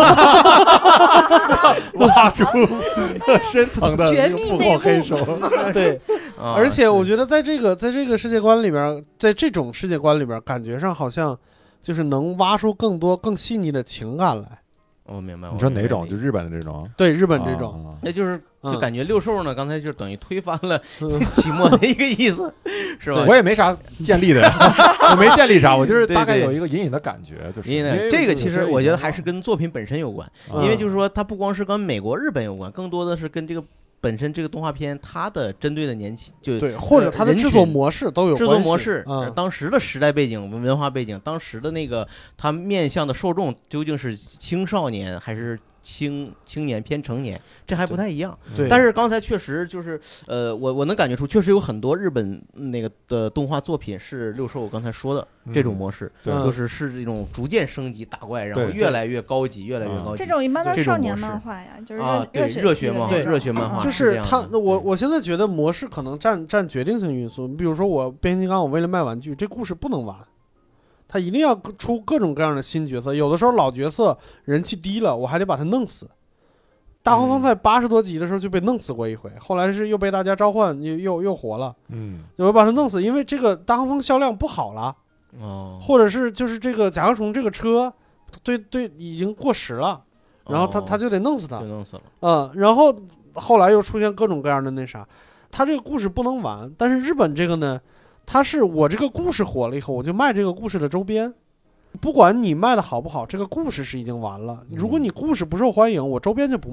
[SPEAKER 4] 挖出深层的幕后黑手。
[SPEAKER 1] 对，而且我觉得在这个世界观里边，在这种世界观里边，感觉上好像就是能挖出更多更细腻的情感来。
[SPEAKER 3] 我明白。
[SPEAKER 4] 你说哪种？就日本的这种？
[SPEAKER 1] 对，日本这种，
[SPEAKER 3] 那就是就感觉六兽呢，刚才就等于推翻了期末的一个意思，是吧？
[SPEAKER 4] 我也没啥建立的，我没建立啥，我就是大概有一个隐隐的感觉，就是
[SPEAKER 3] 这个其实我觉得还是跟作品本身有关，因为就是说它不光是跟美国、日本有关，更多的是跟这个。本身这个动画片它的针对的年轻就
[SPEAKER 1] 对，或者它的制作模式都有关系，
[SPEAKER 3] 制作模式，当时的时代背景、文化背景，当时的那个它面向的受众究竟是青少年还是青年偏成年，这还不太一样。
[SPEAKER 1] 对，
[SPEAKER 3] 但是刚才确实就是我能感觉出，确实有很多日本那个的动画作品是六兽我刚才说的这种模式，就是这种逐渐升级打怪，然后越来越高级，越来越高级。
[SPEAKER 2] 这种一般都是少年漫画呀，就是
[SPEAKER 3] 热血漫画，热血漫画。
[SPEAKER 1] 就是它，我现在觉得模式可能占决定性因素。比如说我变形金刚，我为了卖玩具，这故事不能完。他一定要出各种各样的新角色，有的时候老角色人气低了，我还得把他弄死。大黄蜂在80多集的时候就被弄死过一回，后来是又被大家召唤，又活了。我把他弄死，因为这个大黄蜂销量不好了，或者是就是这个甲壳虫这个车，对已经过时了，然后他就得弄死他，
[SPEAKER 3] 就弄死了。
[SPEAKER 1] 然后后来又出现各种各样的那啥，他这个故事不能完。但是日本这个呢？它是我这个故事火了以后，我就卖这个故事的周边，不管你卖的好不好，这个故事是已经完了。如果你故事不受欢迎，我周边就不卖。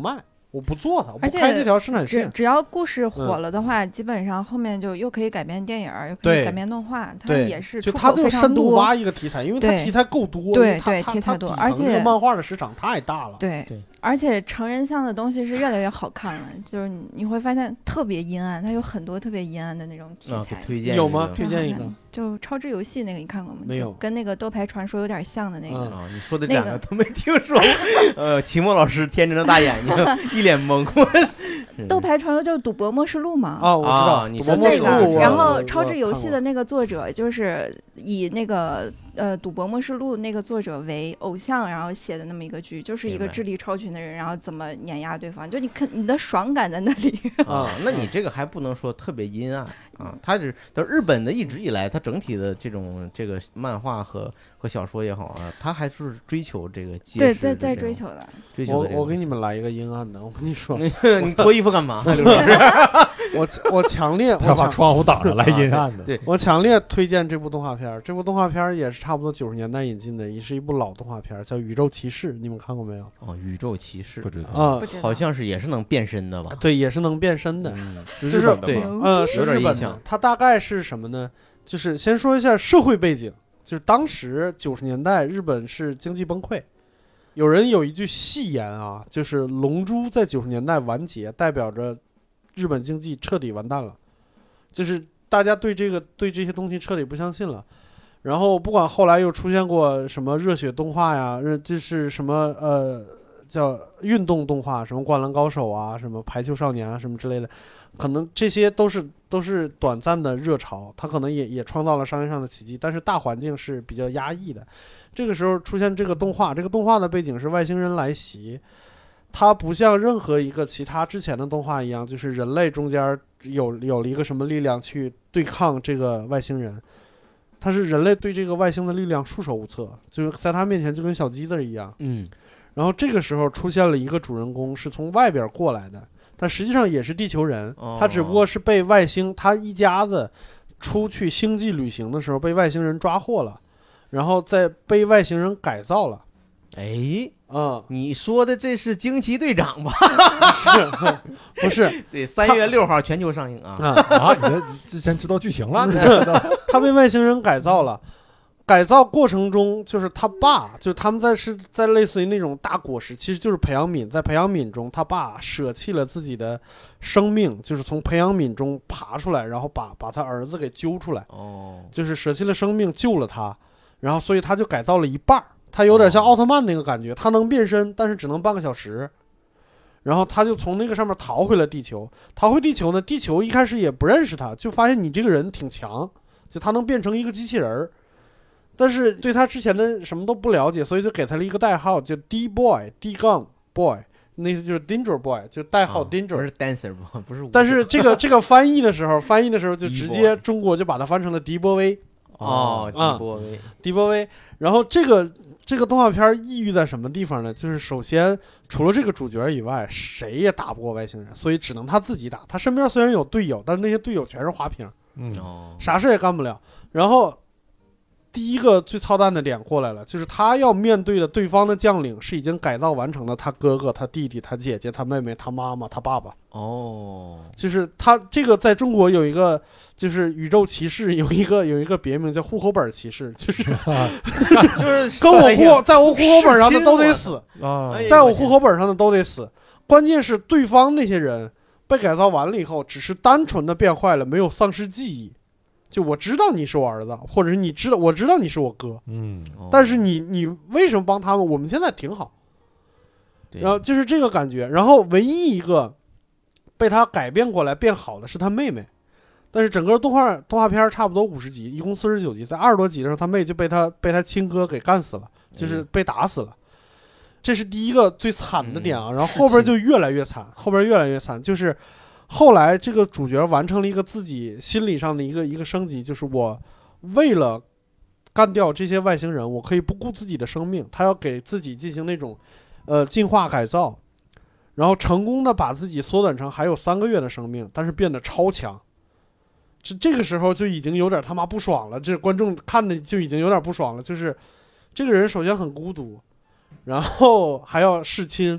[SPEAKER 1] 我不做它，我不
[SPEAKER 2] 而且
[SPEAKER 1] 开这条生产线。
[SPEAKER 2] 只要故事火了的话，基本上后面就又可以改编电影，又可以改编动画，它
[SPEAKER 1] 对，
[SPEAKER 2] 也是
[SPEAKER 1] 就它就
[SPEAKER 2] 出口非常多。
[SPEAKER 1] 深度挖一个题材，因为它题材够多，
[SPEAKER 2] 对
[SPEAKER 1] 对
[SPEAKER 2] 题材多，
[SPEAKER 1] 而
[SPEAKER 2] 而且
[SPEAKER 1] 漫画的市场太大了。
[SPEAKER 2] 对，而且成人向的东西是越来越好看了，就是你会发现特别阴暗，它有很多特别阴暗的那种题材。
[SPEAKER 3] 推荐
[SPEAKER 1] 有吗？推荐一个。
[SPEAKER 2] 就超智游戏那个你看过吗？
[SPEAKER 1] 没有，
[SPEAKER 2] 跟那个斗牌传说有点像的那个。
[SPEAKER 3] 你说的两个都没听说。齐墨老师天真的大眼睛，一脸懵。
[SPEAKER 2] 斗牌传说就是赌博默示录嘛。
[SPEAKER 1] 我知道，
[SPEAKER 3] 你
[SPEAKER 2] 就这
[SPEAKER 1] 赌博默示录。
[SPEAKER 2] 个，然后超智游戏的那个作者就是以那个赌博默示录那个作者为偶像，然后写的那么一个剧，就是一个智力超群的人，然后怎么碾压对方，就你的爽感在那里。
[SPEAKER 3] 那你这个还不能说特别阴暗啊，它日本的一直以来，它整体的这个漫画和小说也好啊，它还是追求这个
[SPEAKER 2] 对，在追求的。
[SPEAKER 1] 我给你们来一个阴暗的，我跟你说，
[SPEAKER 3] 你脱衣服干嘛？
[SPEAKER 1] 我强烈，
[SPEAKER 4] 他把窗户挡着来阴暗的。
[SPEAKER 3] 对，
[SPEAKER 1] 我强烈推荐这部动画片。这部动画片也是差不多90年代引进的，也是一部老动画片，叫《宇宙骑士》，你们看过没有？
[SPEAKER 3] 宇宙骑士
[SPEAKER 4] 不知道
[SPEAKER 1] 啊，
[SPEAKER 3] 好像是也是能变身的吧？
[SPEAKER 1] 对，也是能变身的，就是
[SPEAKER 3] 对，
[SPEAKER 1] 是日本的。它大概是什么呢？就是先说一下社会背景，就是当时90年代日本是经济崩溃。有人有一句戏言啊，就是《龙珠》在90年代完结，代表着日本经济彻底完蛋了，就是大家对这些东西彻底不相信了。然后不管后来又出现过什么热血动画呀，就是什么叫运动动画，什么灌篮高手啊，什么排球少年啊，什么之类的，可能这些都是短暂的热潮，它可能也创造了商业上的奇迹，但是大环境是比较压抑的。这个时候出现这个动画的背景是外星人来袭，它不像任何一个其他之前的动画一样，就是人类中间有了一个什么力量去对抗这个外星人，它是人类对这个外星的力量束手无策，就是在他面前就跟小鸡子一样。然后这个时候出现了一个主人公是从外边过来的，他实际上也是地球人，他只不过是被外星，他一家子出去星际旅行的时候被外星人抓获了，然后再被外星人改造了。你说的这是惊奇队长吧？不是，
[SPEAKER 3] 对，3月6号全球上映啊！
[SPEAKER 4] 你这之前知道剧情了？
[SPEAKER 1] 他被外星人改造了。改造过程中，就是他爸，就是他们在类似于那种大果实，其实就是培养皿。在培养皿中，他爸舍弃了自己的生命，就是从培养皿中爬出来，然后把他儿子给揪出来。就是舍弃了生命救了他，然后所以他就改造了一半。他有点像奥特曼那个感觉，他能变身，但是只能半个小时。然后他就从那个上面逃回了地球。逃回地球呢，地球一开始也不认识他，就发现你这个人挺强，就他能变成一个机器人。但是对他之前的什么都不了解，所以就给他了一个代号，叫 D Boy，D Gun Boy， 那意思就是 Danger Boy， 就代号 Danger，
[SPEAKER 3] 不是 Dancer 不是。
[SPEAKER 1] 但是这个翻译的时候就直接中国就把它翻成了迪波威。迪波威。然后这个动画片意义在什么地方呢？就是首先除了这个主角以外，谁也打不过外星人，所以只能他自己打。他身边虽然有队友，但是那些队友全是花瓶，啥事也干不了。然后第一个最操蛋的点过来了，就是他要面对的对方的将领是已经改造完成了他哥哥、他弟弟、他姐姐、他妹妹、他妈妈、他爸爸。就是他这个在中国有一个，就是宇宙骑士有一个别名叫户口本骑士，就是跟我在我户口本上的都得死，在我户口本上的都得死。关键是对方那些人被改造完了以后，只是单纯的变坏了，没有丧失记忆。就我知道你是我儿子，或者是我知道你是我哥，但是你为什么帮他们？我们现在挺好。然后就是这个感觉。然后唯一一个被他改变过来变好的是他妹妹，但是整个动画片差不多50集，一共49集，在20多集的时候，他妹就被他亲哥给干死了，就是被打死了。这是第一个最惨的点啊。然后后边就越来越惨，就是后来这个主角完成了一个自己心理上的一个升级，就是我为了干掉这些外星人，我可以不顾自己的生命，他要给自己进行那种进化改造，然后成功的把自己缩短成还有3个月的生命，但是变得超强。这个时候就已经有点他妈不爽了，这观众看的就已经有点不爽了。就是这个人首先很孤独，然后还要弑亲，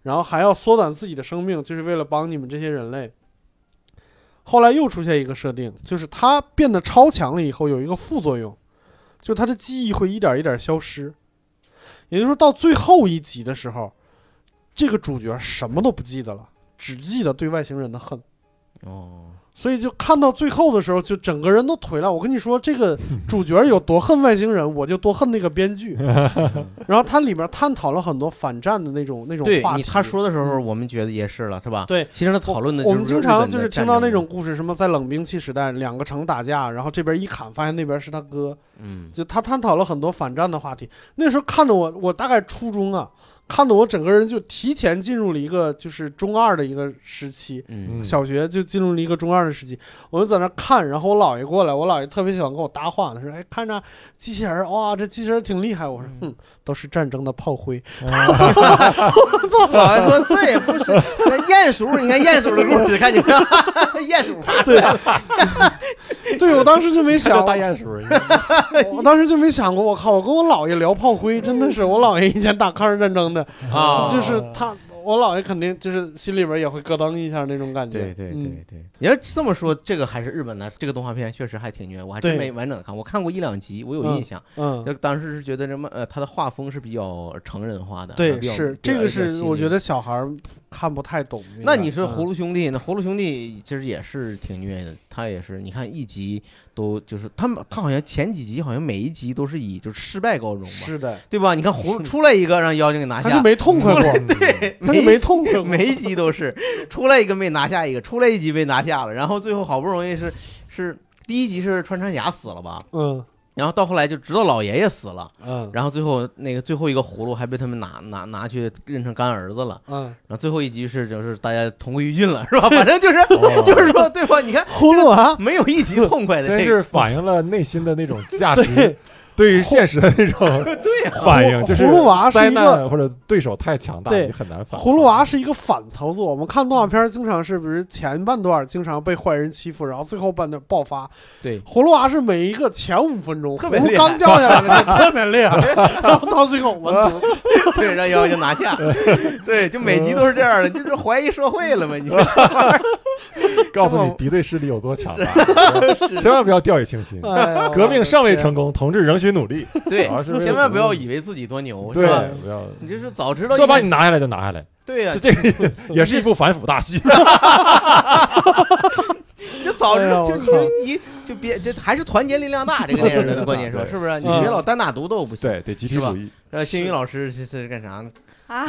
[SPEAKER 1] 然后还要缩短自己的生命，就是为了帮你们这些人类。后来又出现一个设定，就是他变得超强了以后有一个副作用，就是他的记忆会一点一点消失。也就是说到最后一集的时候，这个主角什么都不记得了，只记得对外星人的恨。所以就看到最后的时候，就整个人都颓了。我跟你说，这个主角有多恨外星人，我就多恨那个编剧。然后它里面探讨了很多反战的那种话题。
[SPEAKER 3] 他说的时候，我们觉得也是了，是吧？
[SPEAKER 1] 对，
[SPEAKER 3] 其实他讨论的
[SPEAKER 1] 我们经常就是听到那种故事，什么在冷兵器时代2个城打架，然后这边一砍，发现那边是他哥。就他探讨了很多反战的话题。那时候看着我大概初中啊。看得我整个人就提前进入了一个就是中2的一个时期，小学就进入了一个中2的时期，我就在那看，然后我姥爷过来，我姥爷特别喜欢跟我搭话，他说：“哎，看着机器人，哇，这机器人挺厉害。”我说：“都是战争的炮灰。”
[SPEAKER 3] 姥爷说：“这也不是鼹鼠，你看鼹鼠的故事，看见没有？鼹鼠爬出来。”
[SPEAKER 1] 对，我当时就没想
[SPEAKER 4] 大鼹鼠，
[SPEAKER 1] 我当时就没想过，我靠，我跟我姥爷聊炮灰，真的是我姥爷以前打抗日战争的啊，就是他。我姥爷肯定就是心里边也会咯噔一下那种感觉。
[SPEAKER 3] 对，你要这么说，这个还是日本的这个动画片确实还挺虐，我还真没完整的看，我看过1-2集，我有印象。当时是觉得什么他的画风是比较成人化的。
[SPEAKER 1] 对，是这个是我觉得小孩看不太懂。
[SPEAKER 3] 那你说葫芦兄弟，那葫芦兄弟其实也是挺虐的，他也是，你看一集都就是他好像前几集好像每一集都是以就是失败告终吧？
[SPEAKER 1] 是的，
[SPEAKER 3] 对吧？你看葫芦出来一个让妖精给拿下，
[SPEAKER 1] 他就没痛快过。
[SPEAKER 3] 对。
[SPEAKER 1] 他就没痛快过，
[SPEAKER 3] 每一集都是出来一个被拿下一个，出来一集被拿下了，然后最后好不容易是第一集是穿山甲死了吧？然后到后来就知道老爷爷死了，然后最后那个最后一个葫芦还被他们拿去认成干儿子了，然后最后一集就是大家同归于尽了，是吧？反正就是说对吧？你看
[SPEAKER 1] 葫芦啊，
[SPEAKER 3] 没有一集痛快的，
[SPEAKER 4] 真是反映了内心的那种价值。对于现实的那种反应，就是
[SPEAKER 1] 葫芦娃是一个
[SPEAKER 4] 或者对手太强大，你很难反。
[SPEAKER 1] 葫芦娃是一个反操作。我们看动画片经常是，比如前半段经常被坏人欺负，然后最后半段爆发。
[SPEAKER 3] 对，
[SPEAKER 1] 葫芦娃是每一个前5分钟
[SPEAKER 3] 特别厉害，
[SPEAKER 1] 刚掉下来的特别厉害，然后到最后完犊子，
[SPEAKER 3] 对，让妖精拿下。对，就每集都是这样的，就是怀疑社会了嘛？你说，
[SPEAKER 4] 告诉你敌对势力有多强大，千万不要掉以轻心。革命尚未成功，同志仍需努力。
[SPEAKER 3] 对，千万不要以为自己多牛，
[SPEAKER 4] 是吧？
[SPEAKER 3] 不要，你就是早知道
[SPEAKER 4] 说把你拿下来就拿下来。
[SPEAKER 3] 对呀，
[SPEAKER 4] 这个也是一部反腐大戏。
[SPEAKER 3] 你早知道就别这还是团结力量大这个电影的关键说是不是？你别老单打独斗不行。
[SPEAKER 4] 对，得集体主义。
[SPEAKER 3] 新宇老师是干啥呢？
[SPEAKER 2] 啊，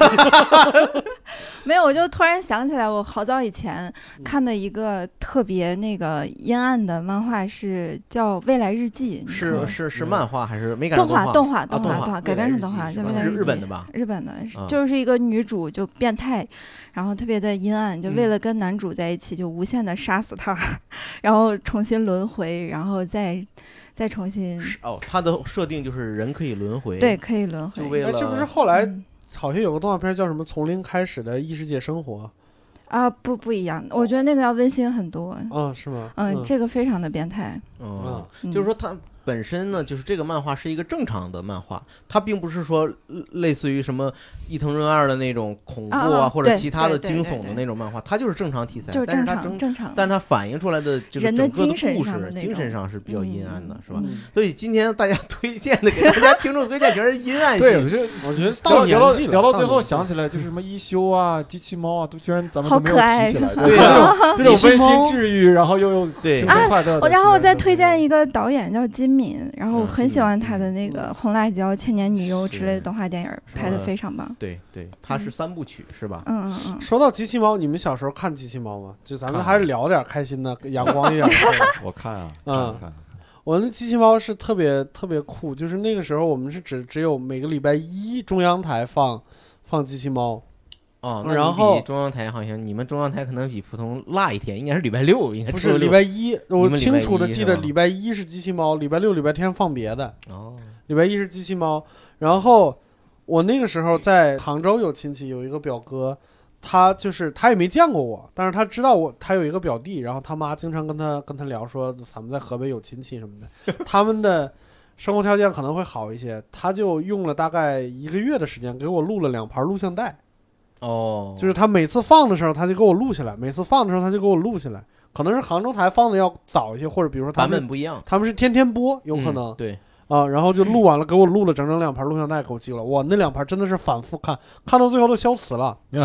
[SPEAKER 2] 没有，我就突然想起来，我好早以前看的一个特别那个阴暗的漫画，是叫《未来日记》。
[SPEAKER 3] 是漫画还是没改成
[SPEAKER 2] 动画改编成动画，叫《未来日记》。
[SPEAKER 3] 日本的吧？
[SPEAKER 2] 日本的，就是一个女主就变态，然后特别的阴暗，就为了跟男主在一起，就无限的杀死他，然后重新轮回，然后再重新。
[SPEAKER 3] 他的设定就是人可以轮回。
[SPEAKER 2] 对，可以轮回。
[SPEAKER 3] 就为了
[SPEAKER 1] 这不是后来。好像有个动画片叫什么《从零开始的异世界生活》
[SPEAKER 2] 啊，不一样，我觉得那个要温馨很多。
[SPEAKER 1] 是吗？
[SPEAKER 2] 这个非常的变态。
[SPEAKER 3] 就是说它本身呢，就是这个漫画是一个正常的漫画，它并不是说类似于什么伊藤润二的那种恐怖或者其他的惊悚的那种漫画，它就是正常题材，但是它
[SPEAKER 2] 正常，
[SPEAKER 3] 但它反映出来的这个整个的故事精神上是比较阴暗的，是吧？所以今天大家推荐的给大家听众推荐全是阴暗系。
[SPEAKER 4] 对，
[SPEAKER 1] 我觉得到年纪了，
[SPEAKER 4] 聊到最后想起来就是什么一休啊、机器猫啊，都居然咱们都没有提起来。
[SPEAKER 3] 对呀，
[SPEAKER 4] 这种温馨治愈，然后又轻松快乐。
[SPEAKER 2] 然后我再推荐一个导演叫金敏，然后很喜欢他的那个《红辣椒》《千年女优》之类的动画电影，拍的非常棒。
[SPEAKER 3] 对，它是3部曲是吧？
[SPEAKER 1] 说到机器猫，你们小时候看机器猫吗？就咱们还是聊点开心的、阳光一点的。
[SPEAKER 4] 我看啊，
[SPEAKER 1] 我那机器猫是特别特别酷，就是那个时候我们是只有每个礼拜1中央台放机器猫。然后
[SPEAKER 3] 中央台好像你们中央台可能比普通落一天，应该是礼拜6，应该
[SPEAKER 1] 不是礼拜1。我清楚的记得礼拜1是机器猫，礼拜6、礼拜天放别的。礼拜1是机器猫。然后我那个时候在杭州有亲戚，有一个表哥，他也没见过我，但是他知道他有一个表弟，然后他妈经常跟他聊说咱们在河北有亲戚什么的，他们的生活条件可能会好一些。他就用了大概1个月的时间给我录了2盘录像带。
[SPEAKER 3] 哦，
[SPEAKER 1] 就是他每次放的时候他就给我录下来，每次放的时候他就给我录下来。可能是杭州台放的要早一些，或者比如说
[SPEAKER 3] 版本不一样，
[SPEAKER 1] 他们是天天播，有可能、
[SPEAKER 3] 对
[SPEAKER 1] 啊，然后就录完了，给我录了整整2盘录像带给我寄了。哇，那2盘真的是反复看，看到最后都消磁了。
[SPEAKER 3] 是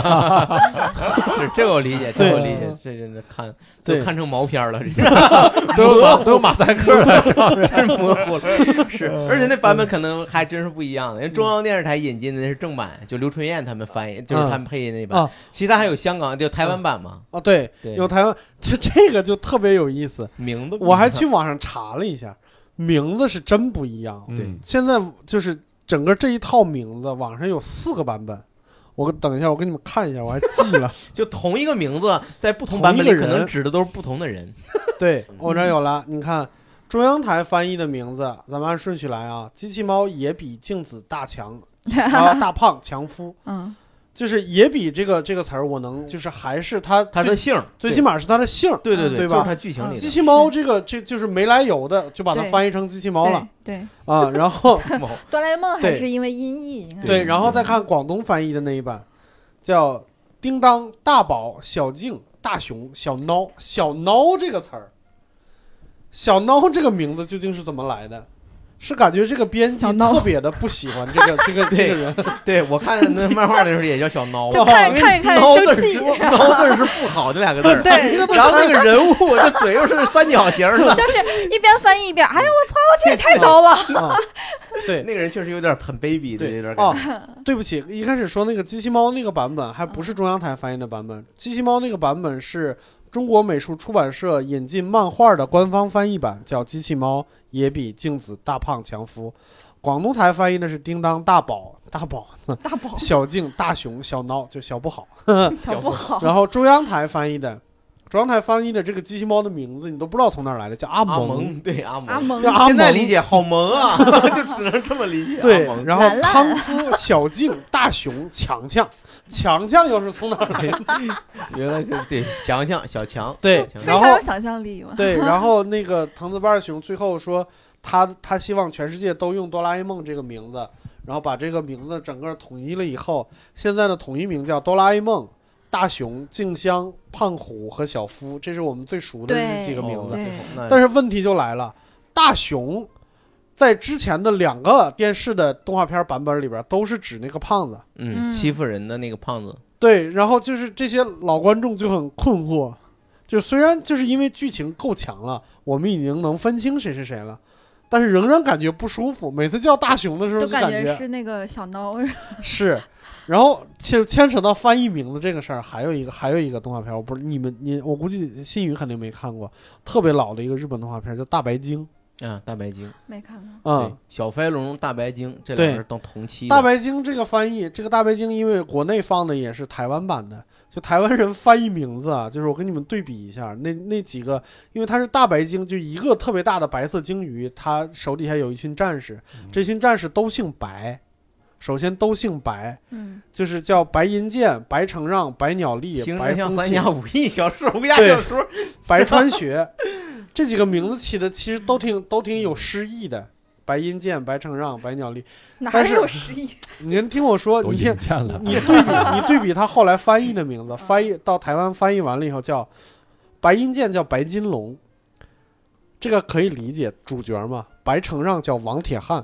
[SPEAKER 3] 这个我理解，这个我理解，这真的看都看成毛片了，
[SPEAKER 4] 都有马赛克了，
[SPEAKER 3] 真模糊了。是，而且那版本可能还真是不一样的，因为中央电视台引进的是正版，就刘春燕他们翻译，就是他们配音那版。其他还有香港就台湾版嘛？
[SPEAKER 1] 啊，对，有台湾，就这个就特别有意思。
[SPEAKER 3] 名字
[SPEAKER 1] 我还去网上查了一下。名字是真不一样，
[SPEAKER 3] 对，
[SPEAKER 1] 现在就是整个这一套名字，网上有4个版本。我等一下，我给你们看一下，我还记了，
[SPEAKER 3] 就同一个名字，在不同版本里可能指的都是不同的人。
[SPEAKER 1] 对，我这有了，你看中央台翻译的名字，咱们按顺序来啊。机器猫也比镜子大强，大胖强夫，就是也比这个词儿，我能就是还是他
[SPEAKER 3] 的姓，
[SPEAKER 1] 最起码是他的姓，
[SPEAKER 3] 对
[SPEAKER 1] 吧？
[SPEAKER 3] 就是他剧情里的
[SPEAKER 1] 机器猫这就是没来由的，就把它翻译成机器猫了，
[SPEAKER 2] 对
[SPEAKER 1] 啊，然后
[SPEAKER 2] 哆啦 A 梦还是因为音译，
[SPEAKER 1] 对，然后再看广东翻译的那一版，叫叮当、大宝、小静、大熊、小孬。小孬这个词儿，小孬这个名字究竟是怎么来的？是感觉这个编辑特别的不喜欢这个人。
[SPEAKER 3] 对，我看那漫画的时候也叫小孬，
[SPEAKER 2] 就看着生气。
[SPEAKER 3] 孬字是不好的2个字，
[SPEAKER 2] 对。
[SPEAKER 3] 然后那个人物这嘴又是三角形的，
[SPEAKER 2] 就是一边翻译一边，哎呀我操，这也太孬了。
[SPEAKER 1] 对，
[SPEAKER 3] 那个人确实有点很卑鄙的，有点
[SPEAKER 1] 感觉。对不起，一开始说那个机器猫那个版本还不是中央台翻译的版本，机器猫那个版本是中国美术出版社引进漫画的官方翻译版，叫机器猫也比镜子大胖强夫。广东台翻译的是叮当、大宝、小静、大熊、小孬，就小不好，
[SPEAKER 2] 小不好。
[SPEAKER 1] 然后中央台翻译的这个机器猫的名字你都不知道从哪儿来的，叫阿蒙。
[SPEAKER 3] 对，阿
[SPEAKER 2] 蒙。
[SPEAKER 3] 现在理解好萌啊，就只能这么理解。
[SPEAKER 1] 对，然后康夫、小静、大熊、强又是从哪儿来的？
[SPEAKER 3] 原来就对强小强，
[SPEAKER 1] 对，
[SPEAKER 2] 非常有想象力嘛。
[SPEAKER 1] 对，然后那个藤子不二雄最后说他希望全世界都用哆啦 A 梦这个名字，然后把这个名字整个统一了以后，现在的统一名叫哆啦 A 梦、大雄、静香、胖虎和小夫，这是我们最熟的这几个名字。但是问题就来了，大雄在之前的2个电视的动画片版本里边都是指那个胖子，
[SPEAKER 3] 欺负人的那个胖子。
[SPEAKER 1] 对，然后就是这些老观众就很困惑，就虽然就是因为剧情够强了，我们已经能分清谁是谁了，但是仍然感觉不舒服。每次叫大雄的时候就感觉
[SPEAKER 2] 是那个小孬。
[SPEAKER 1] 是，然后牵扯到翻译名字这个事儿，还有一个动画片，我不是我估计新宇肯定没看过，特别老的一个日本动画片叫《大白鲸》。
[SPEAKER 3] 大白鲸
[SPEAKER 2] 没看过。
[SPEAKER 3] 小飞龙、大白鲸这2个都同期的。
[SPEAKER 1] 大白鲸这个翻译，这个大白鲸因为国内放的也是台湾版的，就台湾人翻译名字啊，就是我跟你们对比一下，那几个，因为它是大白鲸，就一个特别大的白色鲸鱼，它手底下有一群战士，这群战士都姓白。首先都姓白，就是叫白银剑、白承让、白鸟利、白
[SPEAKER 3] 像三侠五义小说、武侠小说、
[SPEAKER 1] 白川学，这几个名字起的其实都挺有诗意的。白银剑、白承让、白鸟利，
[SPEAKER 2] 哪有诗意？
[SPEAKER 1] 您听我说，你对比他后来翻译的名字，翻译到台湾翻译完了以后叫白银剑叫白金龙，这个可以理解，主角嘛。白承让叫王铁汉。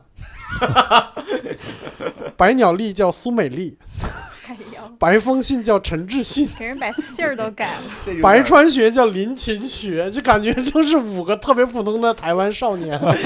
[SPEAKER 1] 白鸟利叫苏美丽，白风信叫陈志信，
[SPEAKER 2] 给人把姓儿都改了。
[SPEAKER 1] 白川学叫林勤学，就感觉就是5个特别普通的台湾少年。
[SPEAKER 3] 对，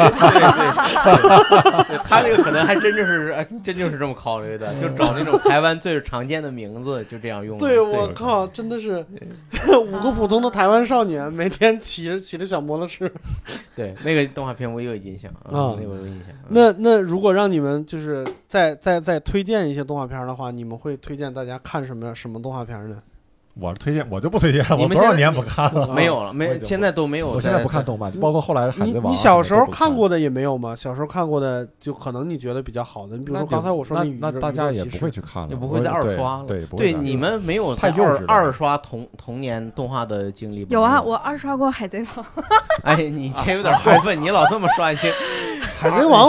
[SPEAKER 3] 他这个可能还真就是这么考虑的，就找那种台湾最常见的名字，就这样用。
[SPEAKER 1] 对，我靠，真的是5个普通的台湾少年，每天骑着小摩托车。对，
[SPEAKER 3] 那个动画片我也有印象啊，那个我有印象。
[SPEAKER 1] 那如果让你们就是再推荐一些动画片的话，你们会推荐大家看什么动画片呢？
[SPEAKER 4] 我推荐，我就不推荐了。我多少年不看了，
[SPEAKER 3] 没有了，现在都没有。
[SPEAKER 4] 我现在不看动漫，包括后来海贼王。
[SPEAKER 1] 你小时候看过的也没有吗？小时候看过的，就可能你觉得比较好的，你比如说刚才我说
[SPEAKER 4] 那大家也不会去看了，
[SPEAKER 3] 也不会再二刷了。对，你们没有
[SPEAKER 4] 太幼稚
[SPEAKER 3] 二刷童年动画的经历吗？
[SPEAKER 2] 有啊，我2刷过海贼王。
[SPEAKER 3] 哎，你这有点过分，你老这么刷去。
[SPEAKER 1] 海贼王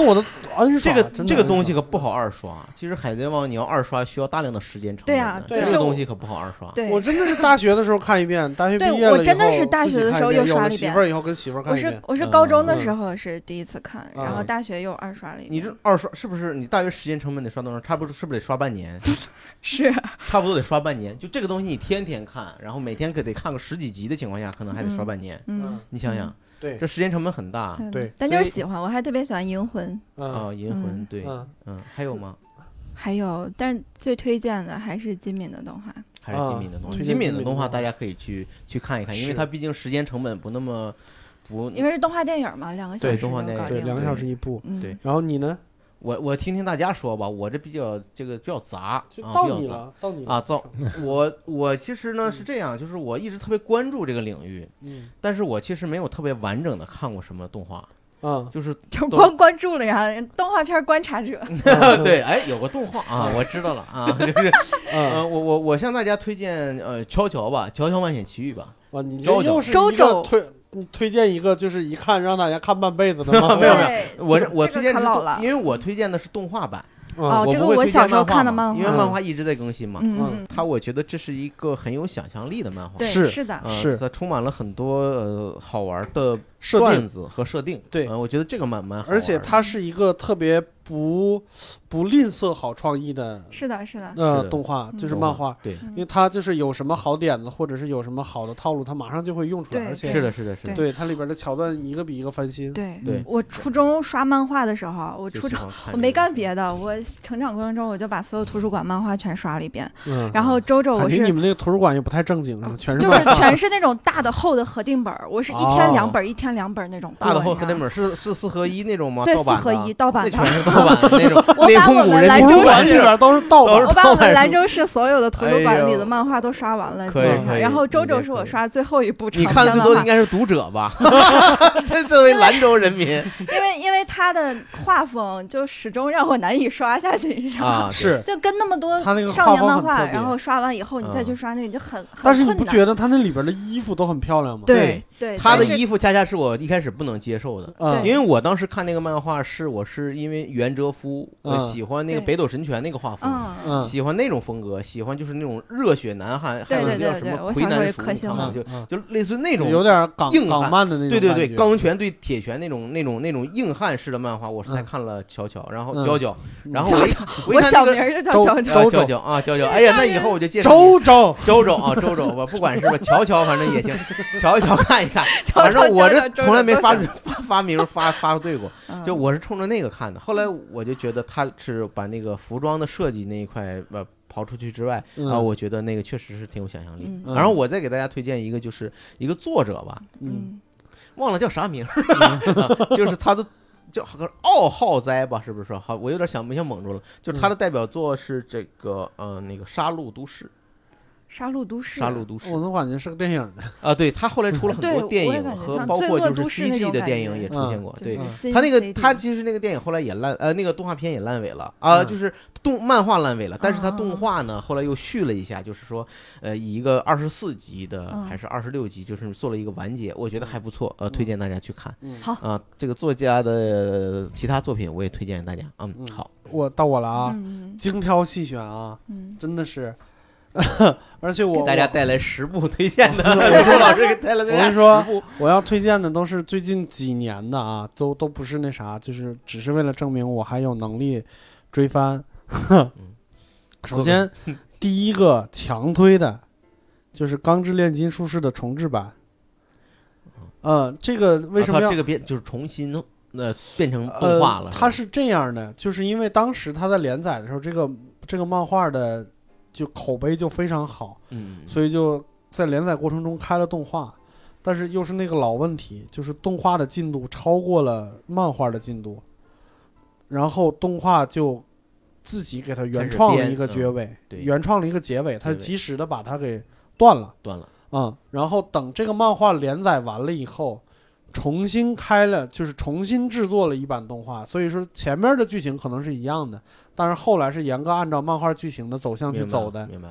[SPEAKER 1] N 刷，
[SPEAKER 3] 这个东西可不好二刷。其实海贼王你要二刷需要大量的时间成本。
[SPEAKER 2] 对啊，
[SPEAKER 3] 这个东西可不好二刷。
[SPEAKER 2] 对，
[SPEAKER 1] 我真的是大学的时候看一遍，大学毕业了以后
[SPEAKER 2] 我真的是大学的时候又刷了一遍。
[SPEAKER 1] 有了媳妇儿以后跟媳妇儿看一遍。
[SPEAKER 2] 我是高中的时候是第一次看，然后大学又二刷了一遍。
[SPEAKER 3] 你这二刷是不是你大约时间成本得刷多少？差不多是不是得刷半年？
[SPEAKER 2] 是，
[SPEAKER 3] 差不多得刷半年。就这个东西你天天看，然后每天得看个10几集的情况下，可能还得刷半年。你想想。
[SPEAKER 1] 对，
[SPEAKER 3] 这时间成本很大。
[SPEAKER 1] 对，
[SPEAKER 2] 但就是喜欢，我还特别喜欢《银魂》。
[SPEAKER 3] 银魂，对，还有吗？
[SPEAKER 2] 还有，但是最推荐的还是金敏的动画。
[SPEAKER 3] 还是金敏的动画。金敏的动画大家可以去看一看，因为它毕竟时间成本不那么
[SPEAKER 2] 因为是动画电影嘛，2个小时就搞定了。
[SPEAKER 1] 对，2个小时一部。
[SPEAKER 3] 对，
[SPEAKER 1] 然后你呢？
[SPEAKER 3] 我听听大家说吧，我这比较杂，
[SPEAKER 1] 到你了，到你
[SPEAKER 3] 啊，我其实呢是这样，就是我一直特别关注这个领域，但是我其实没有特别完整的看过什么动画，就是
[SPEAKER 2] 光关注了呀，动画片观察者。
[SPEAKER 3] 对，哎，有个动画啊，我知道了啊，就是我向大家推荐乔乔吧，《乔乔冒险奇遇》吧。
[SPEAKER 1] 哇，你这又是一个推荐一个就是一看让大家看半辈子的吗？
[SPEAKER 3] 没有，我推荐的是因为我推荐的是动画版。
[SPEAKER 2] 这个我小时候看的漫画，
[SPEAKER 3] 因为漫画一直在更新嘛。我觉得这是一个很有想象力的漫画。
[SPEAKER 2] 是的，
[SPEAKER 3] 它充满了很多好玩的段子和设定。
[SPEAKER 1] 对，
[SPEAKER 3] 我觉得这个蛮好玩。
[SPEAKER 1] 而且它是一个特别不吝啬好创意的，
[SPEAKER 2] 是的，
[SPEAKER 1] 动画就是漫画，
[SPEAKER 3] 对，
[SPEAKER 1] 因为它就是有什么好点子或者是有什么好的套路，它马上就会用出来，而且
[SPEAKER 3] 是的，
[SPEAKER 1] 对它里边的桥段一个比一个翻新。
[SPEAKER 2] 对，我初中刷漫画的时候，我没干别的，我成长过程中我就把所有图书馆漫画全刷了一遍，然后周周我是
[SPEAKER 1] 你们那个图书馆也不太正经，全
[SPEAKER 2] 是那种大的厚的合订本，我是一天2本，一天2本那种。
[SPEAKER 3] 大的厚合订本是4合1那种吗？
[SPEAKER 2] 对，4合1盗版的，
[SPEAKER 3] 全是盗版的那种。
[SPEAKER 2] 我把我们兰州市
[SPEAKER 1] 里边都是盗版，
[SPEAKER 2] 我把我们兰州市所有的图书馆里的漫画都刷完了，基本上。然后周周是我刷最后一部长篇漫画。
[SPEAKER 3] 你看的最多的应该是读者吧？作为兰州人民，
[SPEAKER 2] 因为他的画风就始终让我难以刷下去，你知道吗？
[SPEAKER 1] 是，
[SPEAKER 2] 就跟那么多少年漫画，然后刷完以后你再去刷那个就很
[SPEAKER 1] 但是你不觉得他那里边的衣服都很漂亮吗？
[SPEAKER 2] 对，
[SPEAKER 3] 他的衣服恰恰是我一开始不能接受的，因为我当时看那个漫画我是因为袁哲夫，喜欢那个北斗神拳那个画风，喜欢那种风格，喜欢就是那种热血男汉，还有那叫什么魁南鼠，就类似那种
[SPEAKER 1] 有点
[SPEAKER 3] 硬
[SPEAKER 1] 港漫的那种，
[SPEAKER 3] 对，钢拳对铁拳那种硬汉式的漫画，我是才看了乔乔，然后娇娇，然后
[SPEAKER 2] 我小名就叫
[SPEAKER 3] 娇娇啊，娇娇，哎呀，那以后我就介绍周周啊，周周吧，不管是吧，乔乔反正也行，乔看一看，反正我这从来没发明发对过，就我是冲着那个看的。后来我就觉得他是把那个服装的设计那一块刨出去之外，我觉得那个确实是挺有想象力。然后我再给大家推荐一个，就是一个作者吧，忘了叫啥名，就是他的叫奥浩哉吧，是不是？好，我有点想蒙住了。就是他的代表作是这个那个《杀戮都市》。
[SPEAKER 2] 杀戮都市，
[SPEAKER 1] 我总感觉是个电影的
[SPEAKER 3] 啊。对，他后来出了很多电影和包括就是 CG 的电影也出现过。对，他其实那个电影后来也那个动画片也烂尾了啊，就是漫画烂尾了，但是他动画呢后来又续了一下，就是说以一个24集的还是26集，就是做了一个完结，我觉得还不错，推荐大家去看。
[SPEAKER 2] 好
[SPEAKER 3] 啊，这个作家的其他作品我也推荐大家。好，
[SPEAKER 1] 到我了啊，精挑细选啊，真的是。而且我
[SPEAKER 3] 给大家带来10部推荐的，周老师给带来的。
[SPEAKER 1] 我跟你说，我要推荐的都是最近几年的啊，都不是那啥，就是只是为了证明我还有能力追番。首先，第一个强推的就是《钢之炼金术士》的重制版。这个为什么要
[SPEAKER 3] 这个就是重新变成动画了？
[SPEAKER 1] 它是这样的，就是因为当时它在连载的时候，这个漫画的。就口碑就非常好，所以就在连载过程中开了动画，但是又是那个老问题，就是动画的进度超过了漫画的进度，然后动画就自己给它原创了一个结尾，原创了一个结尾，它及时的把它给断了，然后等这个漫画连载完了以后，重新就是重新制作了一版动画，所以说前面的剧情可能是一样的，但是后来是严格按照漫画剧情的走向去走的，
[SPEAKER 3] 明白了。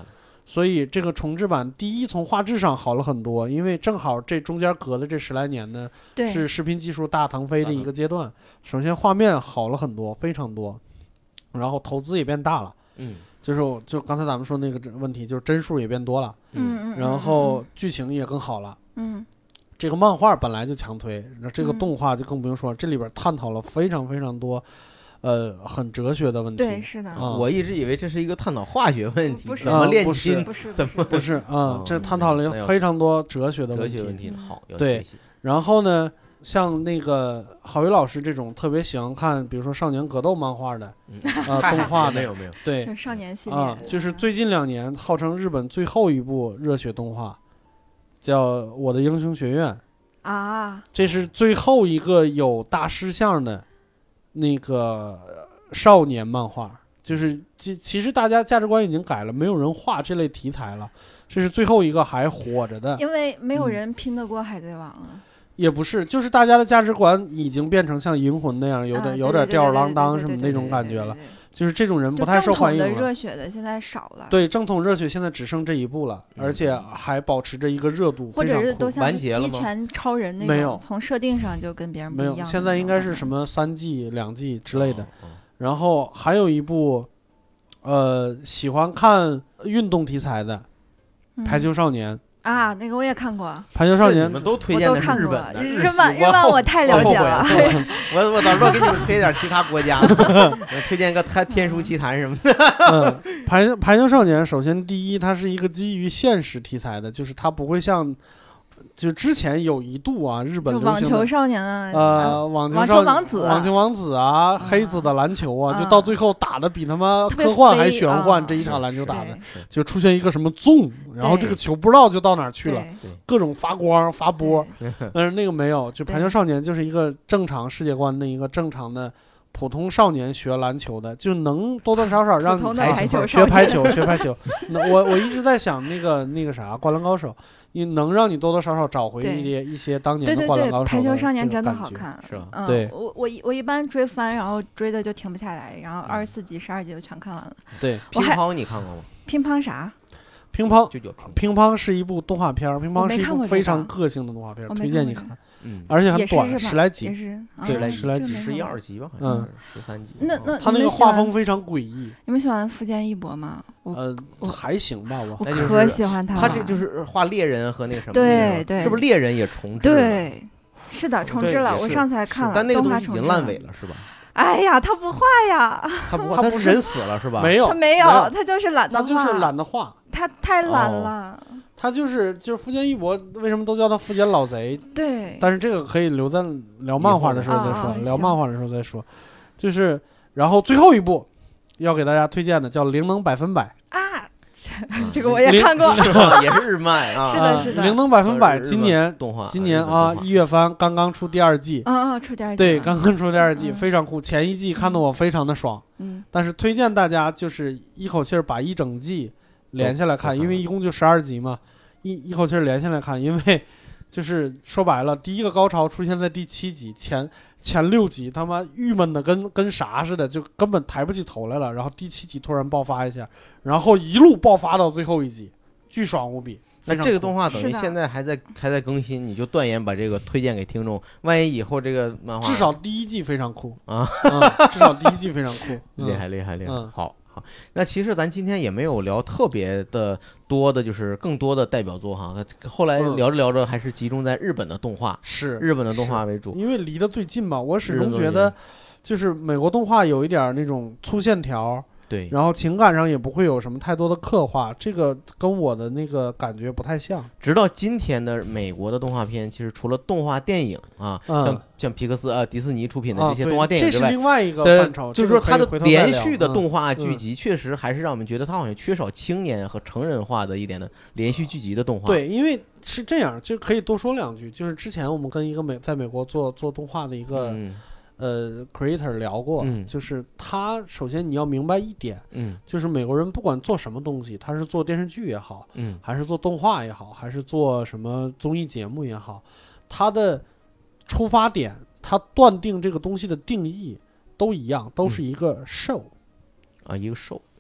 [SPEAKER 1] 所以这个重制版第一从画质上好了很多，因为正好这中间隔的这10来年呢，
[SPEAKER 2] 对，
[SPEAKER 1] 是视频技术大腾飞的一个阶段。首先画面好了很多，非常多，然后投资也变大了。就刚才咱们说那个问题，就是帧数也变多了。然后剧情也更好了。这个漫画本来就强推，那这个动画就更不用说，这里边探讨了非常非常多。很哲学的问题。
[SPEAKER 2] 对，是的。
[SPEAKER 3] 我一直以为这是一个探讨化学问题，
[SPEAKER 2] 不是
[SPEAKER 3] 怎么炼金，怎么
[SPEAKER 1] 不是啊？这探讨了非常多哲学的问题。
[SPEAKER 3] 哲学问题好，
[SPEAKER 1] 对。然后呢，像那个郝宇老师这种特别喜欢看，比如说少年格斗漫画的，动画的，
[SPEAKER 3] 没有，
[SPEAKER 1] 对，
[SPEAKER 2] 就少年系列
[SPEAKER 1] 就是最近2年号称日本最后一部热血动画，叫《我的英雄学院》
[SPEAKER 2] 啊，
[SPEAKER 1] 这是最后一个有大师像的。那个少年漫画，就是其实大家价值观已经改了，没有人画这类题材了，这是最后一个还活着的。
[SPEAKER 2] 因为没有人拼得过海贼王啊。
[SPEAKER 1] 也不是，就是大家的价值观已经变成像银魂那样，有点吊儿郎当什么那种感觉了。就是这种人不太受欢迎了。
[SPEAKER 2] 正统的热血的现在少了。
[SPEAKER 1] 对，正统热血现在只剩这一部了，而且还保持着一个热度，
[SPEAKER 2] 或者是都像
[SPEAKER 3] 完结了吗？
[SPEAKER 2] 一拳超人那种，
[SPEAKER 1] 没有，
[SPEAKER 2] 从设定上就跟别人不一样。
[SPEAKER 1] 没有，现在应该是什么3季、2季之类的。然后还有一部，喜欢看运动题材的《排球少年》。
[SPEAKER 2] 啊，那个我也看过。
[SPEAKER 1] 排球少年，
[SPEAKER 3] 你们都推荐的是日本的，
[SPEAKER 2] 日漫我太了解了。
[SPEAKER 3] 我到时候给你们推点其他国家的，推荐个天书奇谭什么的。
[SPEAKER 1] 排球少年，首先第一，它是一个基于现实题材的，就是它不会像。就之前有一度啊，日本流行的
[SPEAKER 2] 网球少年啊，
[SPEAKER 1] 网球王子啊，黑子的篮球啊，就到最后打的比他妈科幻还玄幻，这一场篮球打的，就出现一个什么纵，然后这个球不知道就到哪去了，各种发光发波，但是那个没有，就排球少年就是一个正常世界观的一个正常的普通少年学篮球的，就能多多少少让你学排球。那我一直在想那个啥，灌篮高手。你能让你多多少少找回一些当年的灌篮高手。
[SPEAKER 2] 排球少年真的好看，
[SPEAKER 3] 是吧？
[SPEAKER 1] 对，
[SPEAKER 2] 我一般追番，然后追的就停不下来，然后24集、12集就全看完了。
[SPEAKER 1] 对，
[SPEAKER 3] 乒乓你看过吗？
[SPEAKER 2] 乒乓啥？
[SPEAKER 1] 乒乓是一部动画片，乒乓是一部非常个性的动画片，推荐你看。而且很短，10来集，
[SPEAKER 2] 对
[SPEAKER 3] ，10来集，11、2集吧，好像是13集。
[SPEAKER 2] 那
[SPEAKER 1] 他那个画风非常诡异。
[SPEAKER 2] 你们喜欢富坚义博吗？
[SPEAKER 1] 还行吧，我
[SPEAKER 2] 可喜欢他了。
[SPEAKER 3] 他这就是画猎人和那个什么，
[SPEAKER 2] 对，
[SPEAKER 3] 是不是猎人也重置了？
[SPEAKER 2] 对，是的，重置了。我上次还看了，
[SPEAKER 3] 但那个东西已经烂尾了，是吧？
[SPEAKER 2] 哎呀，他不画呀，
[SPEAKER 3] 他不是人死了是吧？
[SPEAKER 1] 没有，
[SPEAKER 2] 他没有，他就是懒得画，
[SPEAKER 1] 他就是懒得画，
[SPEAKER 2] 他太懒了。
[SPEAKER 1] 他就是富坚义博，为什么都叫他富坚老贼？
[SPEAKER 2] 对，
[SPEAKER 1] 但是这个可以留在聊漫画的时候再说，聊漫画的时候再说。就是，然后最后一部要给大家推荐的叫《灵能100%》啊，
[SPEAKER 2] 这个我也看过，
[SPEAKER 3] 也是日漫啊。
[SPEAKER 2] 是的，
[SPEAKER 1] 灵能100%今年
[SPEAKER 3] 动画，
[SPEAKER 1] 今年啊1月番刚刚出第2季，
[SPEAKER 2] 出第2季，
[SPEAKER 1] 对，刚刚出第2季，非常酷。前1季看得我非常的爽，但是推荐大家就是一口气把一整季连下来看，因为一共就12集嘛，一口气连下来看，因为就是说白了，第一个高潮出现在第7集，前6集他妈郁闷的跟啥似的，就根本抬不起头来了，然后第7集突然爆发一下，然后一路爆发到最后1集，巨爽无比。
[SPEAKER 3] 那这个动画等于现在还在更新，你就断言把这个推荐给听众，万一以后这个漫画
[SPEAKER 1] 至少第1季非常酷至少第1季非常酷，
[SPEAKER 3] 厉害，好。那其实咱今天也没有聊特别的多的，就是更多的代表作哈。后来聊着聊着，还是集中在日本的动画，
[SPEAKER 1] 是
[SPEAKER 3] 日本的动画为主，
[SPEAKER 1] 因为离得最近嘛。我始终觉得，就是美国动画有一点那种粗线条。
[SPEAKER 3] 对，
[SPEAKER 1] 然后情感上也不会有什么太多的刻画，这个跟我的那个感觉不太像。
[SPEAKER 3] 直到今天的美国的动画片，其实除了动画电影啊，像皮克斯迪士尼出品的这些动画电影之外，
[SPEAKER 1] 这是另外一个范畴。
[SPEAKER 3] 就是说它的连续的动画剧集，确实还是让我们觉得它好像缺少青年和成人化的一点的连续剧集的动画。
[SPEAKER 1] 对，因为是这样，就可以多说2句。就是之前我们跟一个在美国做动画的一个。creator 聊过，就是他首先你要明白一点，就是美国人不管做什么东西，他是做电视剧也好，还是做动画也好，还是做什么综艺节目也好，他的出发点，他断定这个东西的定义都一样，都是一个 show，
[SPEAKER 3] 一个 show，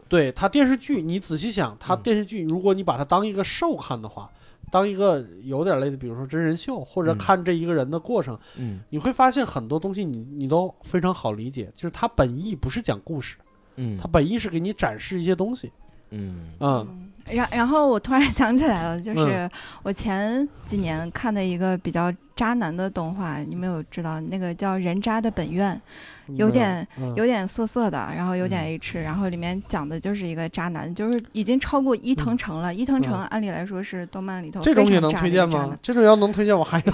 [SPEAKER 1] 对它电视剧，你仔细想，它电视剧如果你把它当一个show看的话，当一个有点类似，比如说真人秀，或者看这一个人的过程，你会发现很多东西你都非常好理解，就是它本意不是讲故事，它本意是给你展示一些东西，
[SPEAKER 2] 然后我突然想起来了，就是我前几年看的一个比较渣男的动画，你们有知道那个叫《人渣的本愿》，有点涩涩的，然后有点 H，然后里面讲的就是一个渣男，就是已经超过伊藤诚了。伊藤诚按理来说是动漫里头
[SPEAKER 1] 这种也能推荐吗？这种要能推荐我还有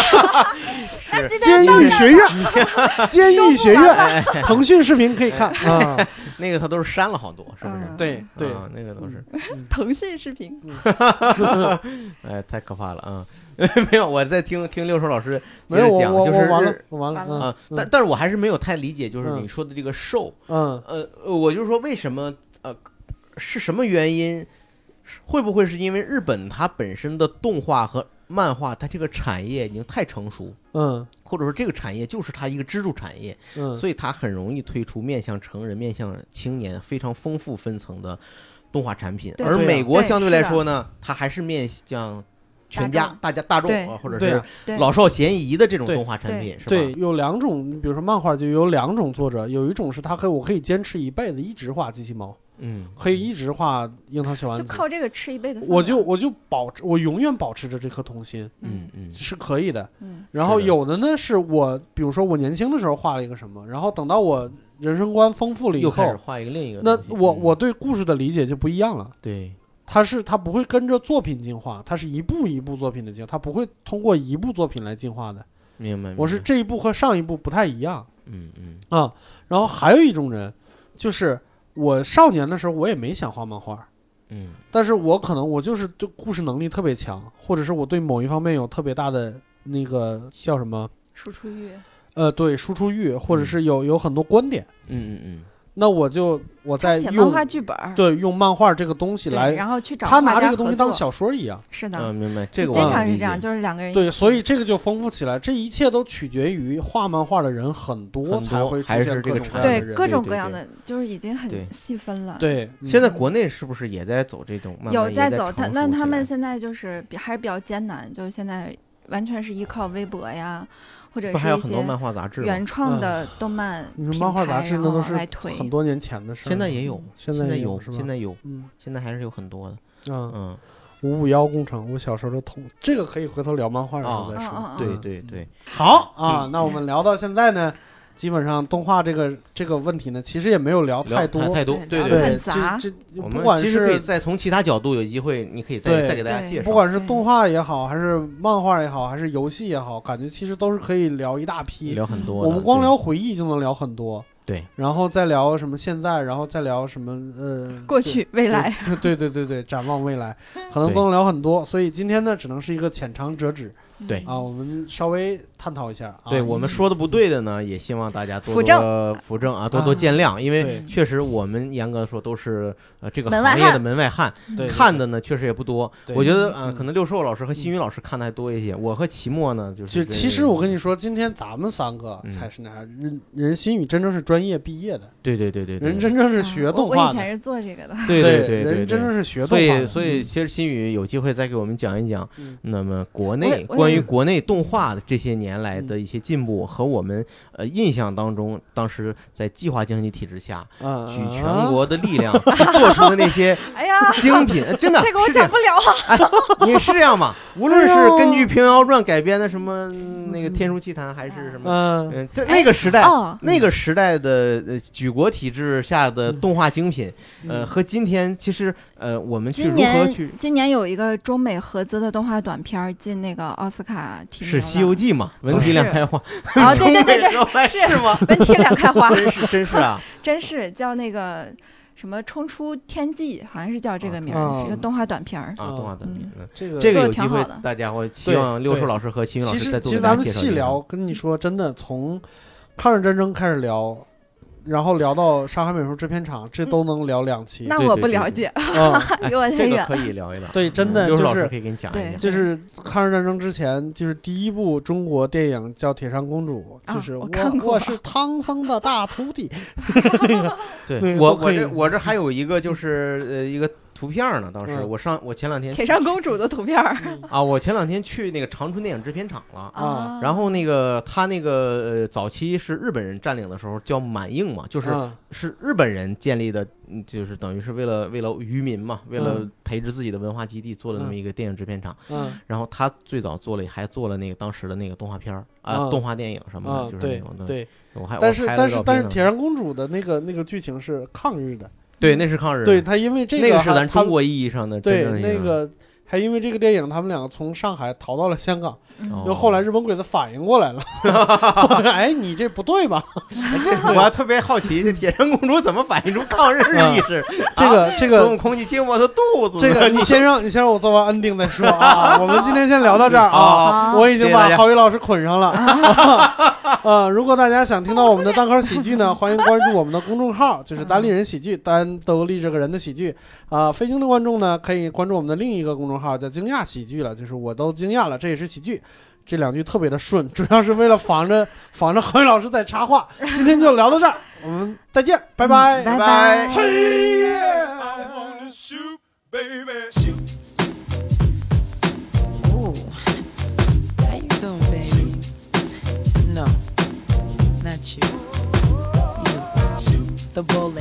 [SPEAKER 2] 监
[SPEAKER 1] 狱学院，监狱学院，腾讯视频可以看啊。
[SPEAKER 3] 那个他都是删了好多，是不是？
[SPEAKER 1] 对对，
[SPEAKER 3] 那个都是
[SPEAKER 2] 腾讯视频。
[SPEAKER 3] 哎，太可怕了啊！没有，我在听六叔老师接
[SPEAKER 1] 着
[SPEAKER 3] 讲，就是
[SPEAKER 1] 我完了
[SPEAKER 3] 啊。但是我还是没有太理解，就是你说的这个受，我就说为什么是什么原因？会不会是因为日本它本身的动画和漫画，它这个产业已经太成熟，或者说这个产业就是它一个支柱产业，所以它很容易推出面向成人、面向青年非常丰富分层的动画产品。而美国相对来说呢，它还是面向全家、大众或者是老少咸宜的这种动画产品，是吧？
[SPEAKER 1] 对，有两种，比如说漫画就有两种作者，有一种是我可以坚持一辈子一直画机器猫。可以一直画樱桃小丸子，
[SPEAKER 2] 就靠这个吃一辈子饭。
[SPEAKER 1] 我就我永远保持着这颗童心，是可以的。然后有的呢是我，比如说我年轻的时候画了一个什么，然后等到我人生观丰富了以后，
[SPEAKER 3] 又开始画一个另一个。
[SPEAKER 1] 那我对故事的理解就不一样了。
[SPEAKER 3] 对，
[SPEAKER 1] 它不会跟着作品进化，它是一步一步作品的进化，它不会通过一部作品来进化的。
[SPEAKER 3] 明白。
[SPEAKER 1] 我是这一步和上一步不太一样。然后还有一种人就是。我少年的时候，我也没想画漫画，但是我就是对故事能力特别强，或者是我对某一方面有特别大的那个叫什么
[SPEAKER 2] 输出欲，
[SPEAKER 1] 对，输出欲，或者是有很多观点，那我在用
[SPEAKER 2] 漫画剧本，
[SPEAKER 1] 对，用漫画这个东西来，
[SPEAKER 2] 然后去找
[SPEAKER 1] 他拿这个东西当小说一样，
[SPEAKER 2] 是的，
[SPEAKER 3] 明白，这个
[SPEAKER 2] 经常是这样，就是两个人
[SPEAKER 1] 对，所以这个就丰富起来。这一切都取决于画漫画的人很多才会出现各种各样的人，
[SPEAKER 2] 对，各种各样的，就是已经很细分了。
[SPEAKER 1] 对，
[SPEAKER 3] 现在国内是不是也在走这种？
[SPEAKER 2] 有在走，但他们现在就是还是比较艰难，就是现在完全是依靠微博呀。或者是一些原创的动漫
[SPEAKER 1] 你说漫画杂志那都是很多年前的事，
[SPEAKER 3] 现在也有，
[SPEAKER 1] 现在有，
[SPEAKER 3] 现在还是有很多的。
[SPEAKER 1] 551工程，我小时候都通，这个可以回头聊漫画的时候再说。
[SPEAKER 3] 对，
[SPEAKER 1] 好啊，那我们聊到现在呢，基本上动画这个问题呢，其实也没有聊太多，
[SPEAKER 3] 对，
[SPEAKER 1] 这不管是
[SPEAKER 3] 其实可以再从其他角度有机会，你可以再给大家介绍，
[SPEAKER 1] 不管是动画也好，还是漫画也好，还是游戏也好，感觉其实都是可以聊一大批，
[SPEAKER 3] 聊很多。
[SPEAKER 1] 我们光聊回忆就能聊很多。
[SPEAKER 3] 对，
[SPEAKER 1] 然后再聊什么现在，然后再聊什么
[SPEAKER 2] 过去未来，
[SPEAKER 1] 对，展望未来，可能都能聊很多。所以今天呢，只能是一个浅尝辄止。
[SPEAKER 3] 对
[SPEAKER 1] 啊，我们稍微探讨一下。
[SPEAKER 3] 对，我们说的不对的呢，也希望大家多多扶正啊，多多见谅。因为确实我们严格说都是这个行业的门外汉，看的呢确实也不多。我觉得可能六兽老师和新宇老师看的还多一些。我和齐墨呢，就是
[SPEAKER 1] 其实我跟你说，今天咱们三个才是那样，人新宇真正是专业毕业的。
[SPEAKER 3] 对，
[SPEAKER 1] 人真正是学动画的。
[SPEAKER 2] 我以前是做这个的。
[SPEAKER 3] 对，
[SPEAKER 1] 人真正是学动画的。
[SPEAKER 3] 所以其实新宇有机会再给我们讲一讲，那么关于国内动画的这些年来的一些进步和我们印象当中，当时在计划经济体制下，举全国的力量做出的那些精品，真的
[SPEAKER 2] 这个我讲不了。
[SPEAKER 3] 你是这样吗？无论是根据《平遥传》改编的什么那个《天书奇谭》，还是什么，这那个时代的举国体制下的动画精品，和今天其实我们去如何去，
[SPEAKER 2] 今年有一个中美合资的动画短片进那个奥斯卡提名了，
[SPEAKER 3] 是《西游记》嘛？文体两开花
[SPEAKER 2] 啊，对，
[SPEAKER 3] 是吗？
[SPEAKER 2] 文体两开花，
[SPEAKER 3] 真是啊，
[SPEAKER 2] 真是叫那个什么冲出天际，好像是叫这个名儿，是个动画短片儿
[SPEAKER 3] 啊，动画短片。
[SPEAKER 1] 这
[SPEAKER 3] 个有机会大家会希望六叔老师和新宇老师再做。
[SPEAKER 1] 其实咱们细聊，跟你说真的，从抗日战争开始聊， 然后聊到上海美术制片厂，这都能聊2期。
[SPEAKER 2] 那我不了解，离我太远。
[SPEAKER 3] 这个可以聊一聊。
[SPEAKER 1] 对，真的就是
[SPEAKER 3] 可以给你讲一讲。
[SPEAKER 1] 就是抗日战争之前，就是第一部中国电影叫《铁扇公主》，就是我是唐僧的大徒弟。
[SPEAKER 3] 对，我这还有一个就是一个图片呢。当时我前两天
[SPEAKER 2] 铁扇公主的图片
[SPEAKER 3] 啊，我前两天去那个长春电影制片厂了啊。然后那个他那个早期是日本人占领的时候叫满映嘛，是日本人建立的，就是等于是为了渔民嘛，为了培植自己的文化基地做了那么一个电影制片厂。然后他最早还做了那个当时的那个动画片动画电影什么的，就是那种的。对，但是
[SPEAKER 1] 铁扇公主的那个剧情是抗日的。
[SPEAKER 3] 对，那是抗日。
[SPEAKER 1] 对，他因为这个
[SPEAKER 3] 那个是咱中国意义上的真正。
[SPEAKER 1] 对，那个还因为这个电影，他们两个从上海逃到了香港，又后来日本鬼子反应过来了。哎，你这不对吧？
[SPEAKER 3] 我还特别好奇，这铁扇公主怎么反映出抗日意识？
[SPEAKER 1] 这个
[SPEAKER 3] 孙悟空，你进我的肚子。
[SPEAKER 1] 这个你先让我做完ending再说啊。我们今天先聊到这儿啊。我已经把郝宇老师捆上了。如果大家想听到我们的单口喜剧呢，欢迎关注我们的公众号，就是单立人喜剧，单都立这个人的喜剧啊。非京的观众呢，可以关注我们的另一个公众号叫惊讶喜剧了，就是我都惊讶了，这也是喜剧。这2句特别的顺，主要是为了防着郝宇老师在插话。今天就聊到这儿，我们再见，拜拜，
[SPEAKER 2] 拜拜。
[SPEAKER 6] The bullet.